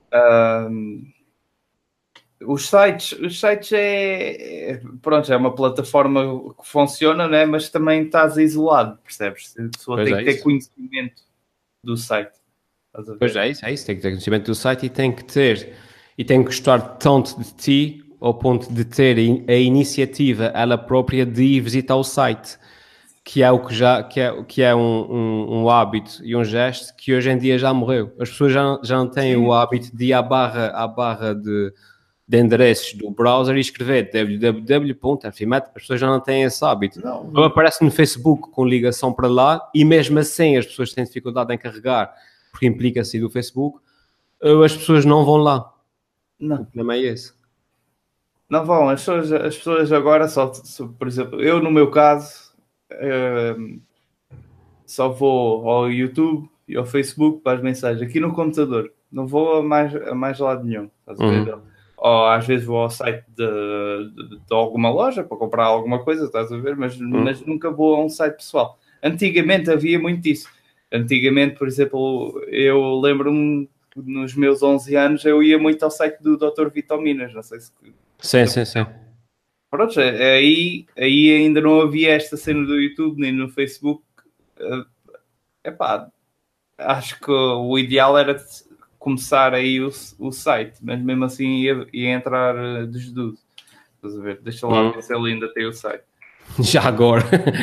Um, os sites, os sites é, é, pronto, é uma plataforma que funciona, né? Mas também estás isolado, percebes? A pessoa Pois tem é que ter isso. conhecimento do site. Estás a ver? Pois é isso, é isso. Tem que ter conhecimento do site e tem que ter, e tem que gostar tanto de ti, ao ponto de ter a iniciativa ela própria de ir visitar o site, que é o que já, que é, que é um, um, um hábito e um gesto que hoje em dia já morreu. As pessoas já, já não têm Sim. o hábito de ir à barra, à barra de, de endereços do browser e escrever www ponto f m a t. As pessoas já não têm esse hábito. Não. Ou aparece no Facebook com ligação para lá e mesmo assim as pessoas têm dificuldade em carregar porque implica-se do Facebook, as pessoas não vão lá. Não. O problema é esse. Não vão, as pessoas, as pessoas agora só, só, por exemplo, eu no meu caso um, só vou ao YouTube e ao Facebook para as mensagens aqui no computador, não vou a mais, a mais lado nenhum, estás a ver? Uhum. Ou às vezes vou ao site de, de, de alguma loja para comprar alguma coisa, estás a ver? Mas, uhum. mas nunca vou a um site pessoal. Antigamente havia muito isso. Antigamente, por exemplo, eu lembro-me nos meus onze anos eu ia muito ao site do doutor Vitaminas, não sei se... Sim, sim, sim. Pronto, aí, aí ainda não havia esta cena do YouTube nem no Facebook. Uh, epá, acho que o ideal era começar aí o, o site, mas mesmo assim ia, ia entrar desdudo. Estás a ver? Deixa lá hum. ver se ele ainda tem o site. Já agora.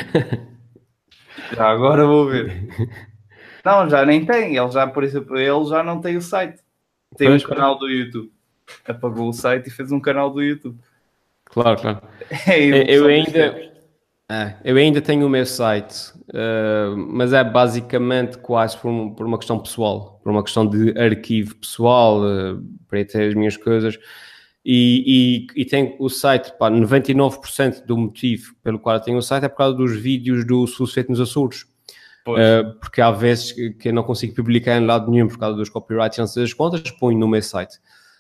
Já agora vou ver. Não, já nem tem. Ele já, por exemplo, ele já não tem o site. Tem pois, um canal do YouTube. Apagou o site e fez um canal do YouTube. Claro, claro. É, eu, eu ainda, é, eu ainda tenho o meu site, uh, mas é basicamente quase por, um, por uma questão pessoal, por uma questão de arquivo pessoal, uh, para ter as minhas coisas. E, e, e tenho o site, pá, noventa e nove por cento do motivo pelo qual eu tenho o site é por causa dos vídeos do Sul Feito nos Açores. Uh, porque há vezes que eu não consigo publicar em lado nenhum por causa dos copyrights e não sei das contas, ponho no meu site.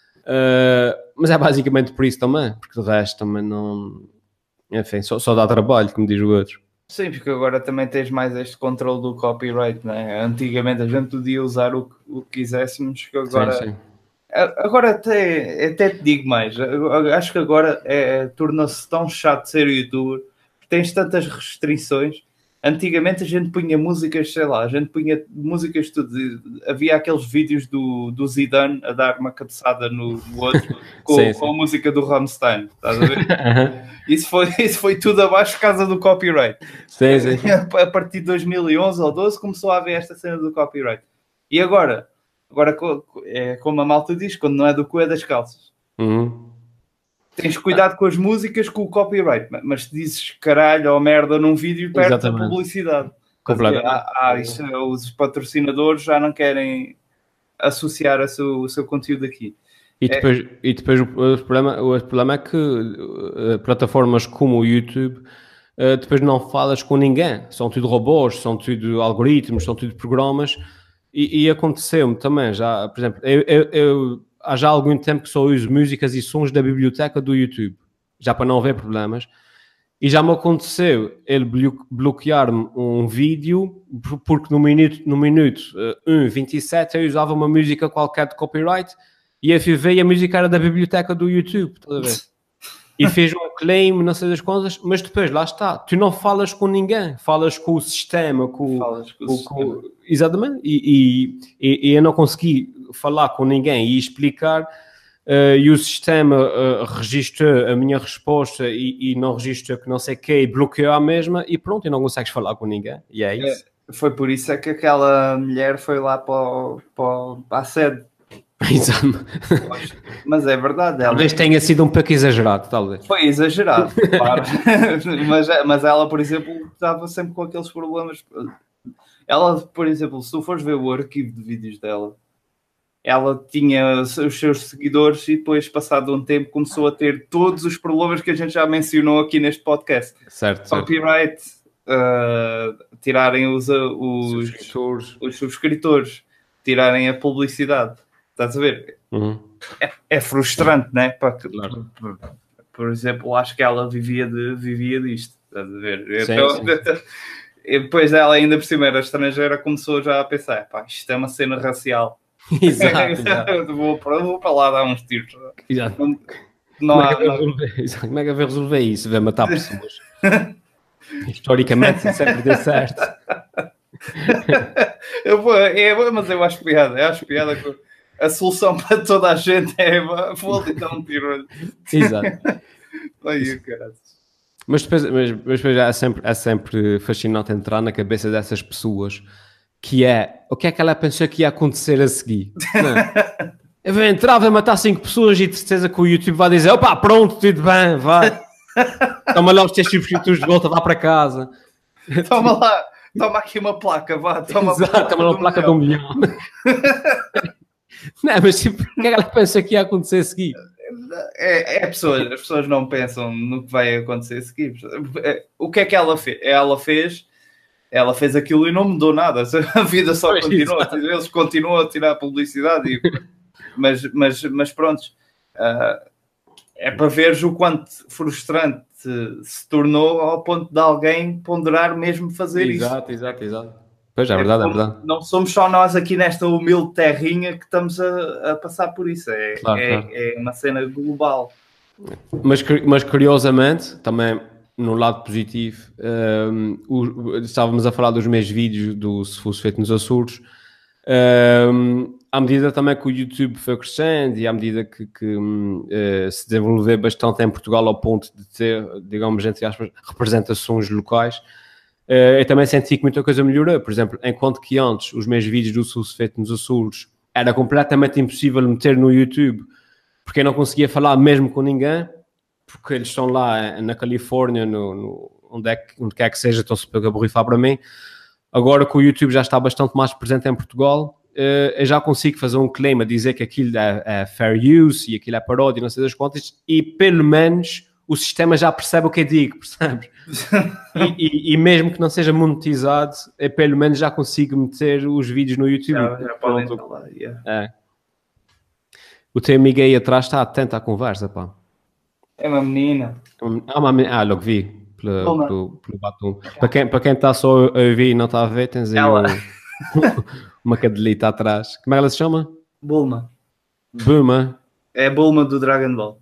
Uh, mas é basicamente por isso também, porque o resto também não... Enfim, só, só dá trabalho, como diz o outro. Sim, porque agora também tens mais este controle do copyright, não é? Antigamente a gente podia usar o, o que quiséssemos, que agora... Sim, sim. Agora até, até te digo mais, acho que agora é, torna-se tão chato ser youtuber, tens tantas restrições. Antigamente a gente punha músicas, sei lá, a gente punha músicas tudo. Havia aqueles vídeos do, do Zidane a dar uma cabeçada no, no outro com, sim, sim. com a música do Rammstein, estás a ver? Uhum. Isso, foi, isso foi tudo abaixo por causa do copyright. Sim, sim. A partir de dois mil e onze ou doze começou a haver esta cena do copyright. E agora, agora é como a malta diz, quando não é do cu é das calças. Uhum. Tens cuidado com as músicas, com o copyright, mas se dizes caralho ou merda num vídeo, perdes a publicidade. Ah, ah, isso, os patrocinadores já não querem associar a seu, o seu conteúdo aqui. E depois, é... e depois o, o, problema, o problema é que uh, plataformas como o YouTube uh, depois não falas com ninguém. São tudo robôs, são tudo algoritmos, são tudo programas. E, e aconteceu-me também, já, por exemplo, eu... eu, eu há já algum tempo que só uso músicas e sons da biblioteca do YouTube, já para não haver problemas, e já me aconteceu ele bloquear-me um vídeo, porque no minuto, no minuto um vinte e sete eu usava uma música qualquer de copyright, e a fui ver e a música era da biblioteca do YouTube, toda vez. E fez um claim, não sei das coisas, mas depois, lá está, tu não falas com ninguém, falas com o sistema, com, falas com o, com, sistema. Com, exatamente, e, e, e eu não consegui falar com ninguém e explicar, uh, e o sistema uh, registrou a minha resposta e, e não registrou que não sei o que, e bloqueou a mesma, e pronto, e não consegues falar com ninguém, e é isso. É, foi por isso é que aquela mulher foi lá para, o, para, para a sede. Exato. Mas é verdade. Ela... Talvez tenha sido um pouco exagerado, talvez. Foi exagerado, claro. mas, mas ela, por exemplo, estava sempre com aqueles problemas. Ela, por exemplo, se tu fores ver o arquivo de vídeos dela, ela tinha os seus seguidores e depois, passado um tempo, começou a ter todos os problemas que a gente já mencionou aqui neste podcast. Certo, Copyright, uh, tirarem os, os, subscritores. os subscritores, tirarem a publicidade. Estás a ver? Uhum. É, é frustrante, né? Porque, claro. por, por, por exemplo, acho que ela vivia, de, vivia disto. Estás a ver? Sim, então, sim. E depois ela, ainda por cima era estrangeira, começou já a pensar: pá, isto é uma cena racial. Exato, exato. vou, para, vou para lá dar uns tiros. Exato. Não, não Como, é há, que vai não... resolver, exato. Como é que vai resolver isso? Vai matar pessoas. Historicamente, isso sempre deu certo. eu vou, é, mas eu acho piada. Eu acho piada que a solução para toda a gente é vou ali dar um tiro. Exato. Ai, caralho. Mas depois, mas, mas depois é, sempre, é sempre fascinante entrar na cabeça dessas pessoas, que é, o que é que ela pensou que ia acontecer a seguir? Não. Eu vou entrar, vou matar cinco pessoas e de certeza que o YouTube vai dizer, opá, pronto, tudo bem, vai. Toma lá os teus subscritores de volta, vá para casa. Toma lá, toma aqui uma placa, vá. Toma Exato, toma lá uma placa de um milhão. Não, mas tipo, o que é que ela pensa que ia acontecer a seguir? É, é pessoas, as pessoas não pensam no que vai acontecer a seguir. O que é que ela fez? Ela fez, ela fez aquilo e não mudou nada. A vida só pois continua. Exato. Eles continuam a tirar publicidade. E, mas, mas, mas pronto, uh, é para veres o quanto frustrante se tornou ao ponto de alguém ponderar mesmo fazer exato, isso. Exato, exato, exato. Pois é, verdade, é, é verdade. Não somos só nós aqui nesta humilde terrinha que estamos a, a passar por isso. É, claro, é, claro. É uma cena global. Mas, mas curiosamente, também no lado positivo, um, o, estávamos a falar dos meus vídeos do Se Fosse Feito nos Açores. Um, à medida também que o YouTube foi crescendo e à medida que, que um, uh, se desenvolveu bastante em Portugal ao ponto de ter, digamos, entre aspas, representações locais, uh, eu também senti que muita coisa melhorou. Por exemplo, enquanto que antes os meus vídeos do Se Fosse Feito nos Açores era completamente impossível meter no YouTube porque eu não conseguia falar mesmo com ninguém, porque eles estão lá na Califórnia, no, no, onde, é que, onde quer que seja, estão-se a borrifar para mim. Agora que o YouTube já está bastante mais presente em Portugal, eu já consigo fazer um claim a dizer que aquilo é, é fair use e aquilo é paródia, não sei das quantas, e pelo menos o sistema já percebe o que eu digo, percebes? e, e, e mesmo que não seja monetizado, eu pelo menos já consigo meter os vídeos no YouTube. Já, já podem falar, yeah. É. O teu amigo aí atrás está atento à conversa, pá. É uma menina. Ah, uma menina. Ah, logo vi. Pelo, pelo, pelo batom. Para quem, para quem está só a ouvir e não está a ver, tens aí um, uma cadelita atrás. Como é que ela se chama? Bulma. Bulma? É a Bulma do Dragon Ball.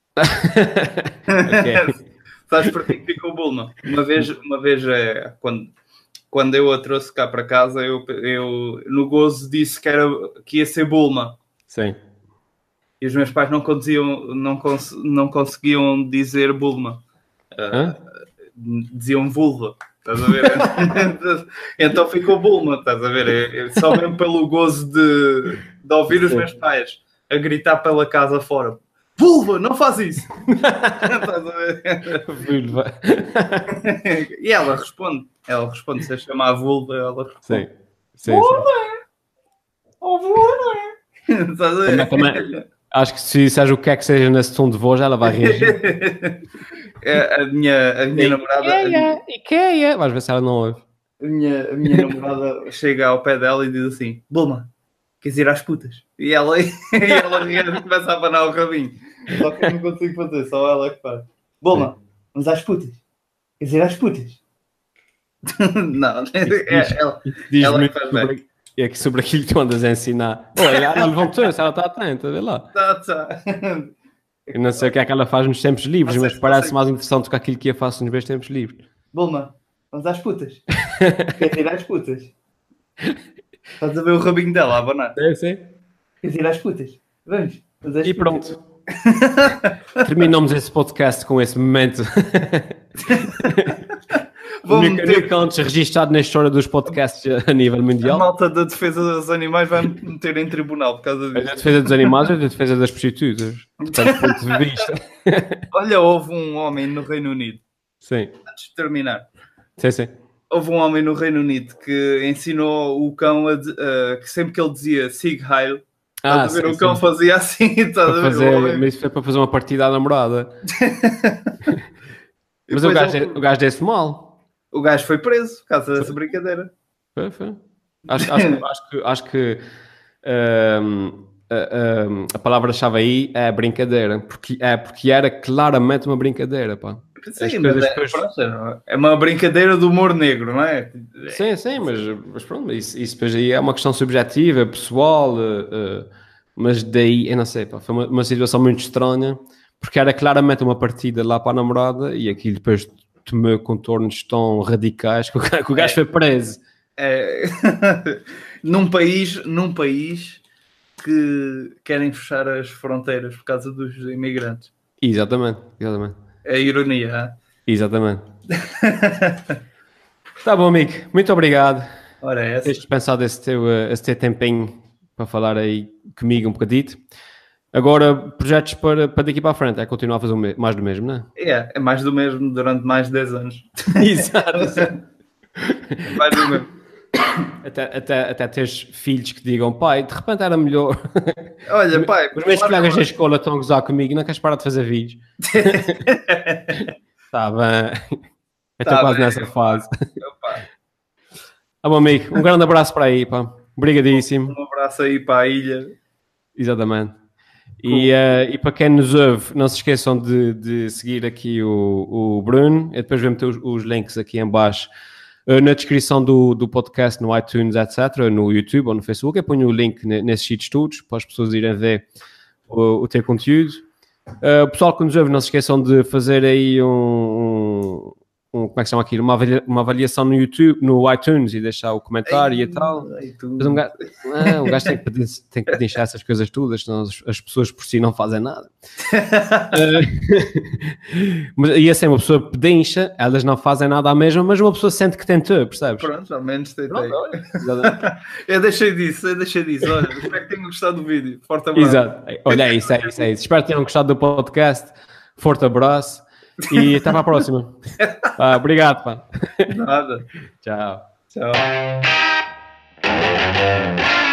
Ok. Sabes por que ficou Bulma? Uma vez, uma vez é, quando, quando eu a trouxe cá para casa, eu, eu no gozo disse que, era, que ia ser Bulma. Sim. E os meus pais não, conseguiam, não, cons, não conseguiam dizer Bulma. Uh, diziam vulva, estás a ver? Então ficou Bulma, estás a ver? É, é só mesmo pelo gozo de, de ouvir os meus pais a gritar pela casa fora: vulva, não faz isso! Estás a ver? Vulva. E ela responde, ela responde, se a chamar vulva, ela responde: sim, sim, vulva! Oh, vulva! Estás a ver? Também, também, acho que se disseres o que é que seja nesse tom de voz, ela vai reagir. A minha, a minha namorada... Ikea, Ikea. Vais ver se ela não ouve. A minha, a minha namorada chega ao pé dela e diz assim: Bulma, queres ir às putas? E ela, e ela e começa a abanar o rabinho. Só que eu não consigo fazer, só ela é que faz. Bulma, vamos às putas? Queres ir às putas? Não, é, ela, diz ela muito faz sobre, bem. É que sobre aquilo que tu andas a ensinar. Olha, ela levantou-se, ela está atenta, vê lá. Tá, tá. Eu não sei o que é que ela faz nos tempos livres, mas sei, parece mais interessante do que aquilo que eu faço nos meus tempos livres. Bulma, vamos às putas? Queres ir às putas? Estás a ver o rabinho dela a abanar? Sim, sim. Queres ir às putas? Vamos. vamos às e putas. Pronto. Terminamos esse podcast com esse momento. O único antes registado na história dos podcasts a nível mundial. A malta da defesa dos animais vai me meter em tribunal por causa disso. A defesa dos animais é a defesa das prostitutas. Portanto, ponto de vista. Olha, houve um homem no Reino Unido. Sim. Antes de terminar. Sim, sim. Houve um homem no Reino Unido que ensinou o cão a, uh, que sempre que ele dizia Sieg Heil, ah, a ver, sim, o cão sim. fazia assim. Estás a ver? Fazer, mas isso foi para fazer uma partida à namorada. Mas o gajo, ele... o gajo desse mal. O gajo foi preso por causa dessa brincadeira. Foi, foi. Acho, acho, acho que, acho que um, a, um, a palavra-chave aí é brincadeira. Porque, é, porque era claramente uma brincadeira, pá. Sim, as coisas é, depois... pronto, é uma brincadeira do humor negro, não é? Sim, sim, mas, mas pronto, isso, isso depois aí é uma questão subjetiva, pessoal, uh, uh, mas daí, eu não sei, pá, foi uma, uma situação muito estranha, porque era claramente uma partida lá para a namorada e aquilo depois tomou contornos tão radicais que o, que o gajo é, foi preso. É, num país, num país que querem fechar as fronteiras por causa dos imigrantes. Exatamente, exatamente. É a ironia, hein? Exatamente. Tá bom, amigo. Muito obrigado. Ora, é essa. Teres dispensado esse teu, esse teu tempinho para falar aí comigo um bocadito. Agora, projetos para, para daqui para a frente é continuar a fazer mais do mesmo, não é? É, é mais do mesmo durante mais de dez anos. Exato, exato. Mais do mesmo. Até, até, até teres filhos que digam, pai, de repente era melhor. Olha, pai, os meus colegas da escola estão a gozar comigo, não queres parar de fazer vídeos? Está bem. Eu estou Tá quase bem, nessa opa, fase. Opa. Ah, bom amigo, um grande abraço para aí, pá. Obrigadíssimo. Um abraço aí para a ilha. Exatamente. E, uh, e para quem nos ouve, não se esqueçam de, de seguir aqui o, o Bruno. Eu depois vou meter os, os links aqui em baixo uh, na descrição do, do podcast, no iTunes, etcétera, no YouTube ou no Facebook. Eu ponho o link nesses sítios todos para as pessoas irem ver o, o teu conteúdo. Uh, o pessoal que nos ouve, não se esqueçam de fazer aí um... um Um, como é que se chama aquilo? Uma, avalia, uma avaliação no YouTube, no iTunes e deixar o comentário ei, e tal. Mas um gajo, não, um gajo tem que, pedir, tem que deixar essas coisas todas, senão as, as pessoas por si não fazem nada. uh, mas, e assim, uma pessoa pedincha, elas não fazem nada à mesma, mas uma pessoa sente que tentou, percebes? Pronto, ao menos tentei. Pronto, olha, eu deixei disso, eu deixei disso. Olha, espero que tenham gostado do vídeo. Forte abraço. Exato. Olha, é isso, é isso, é isso. Espero que tenham gostado do podcast. Forte abraço. E até para a próxima. Ah, obrigado, pá. Nada. Tchau. Tchau.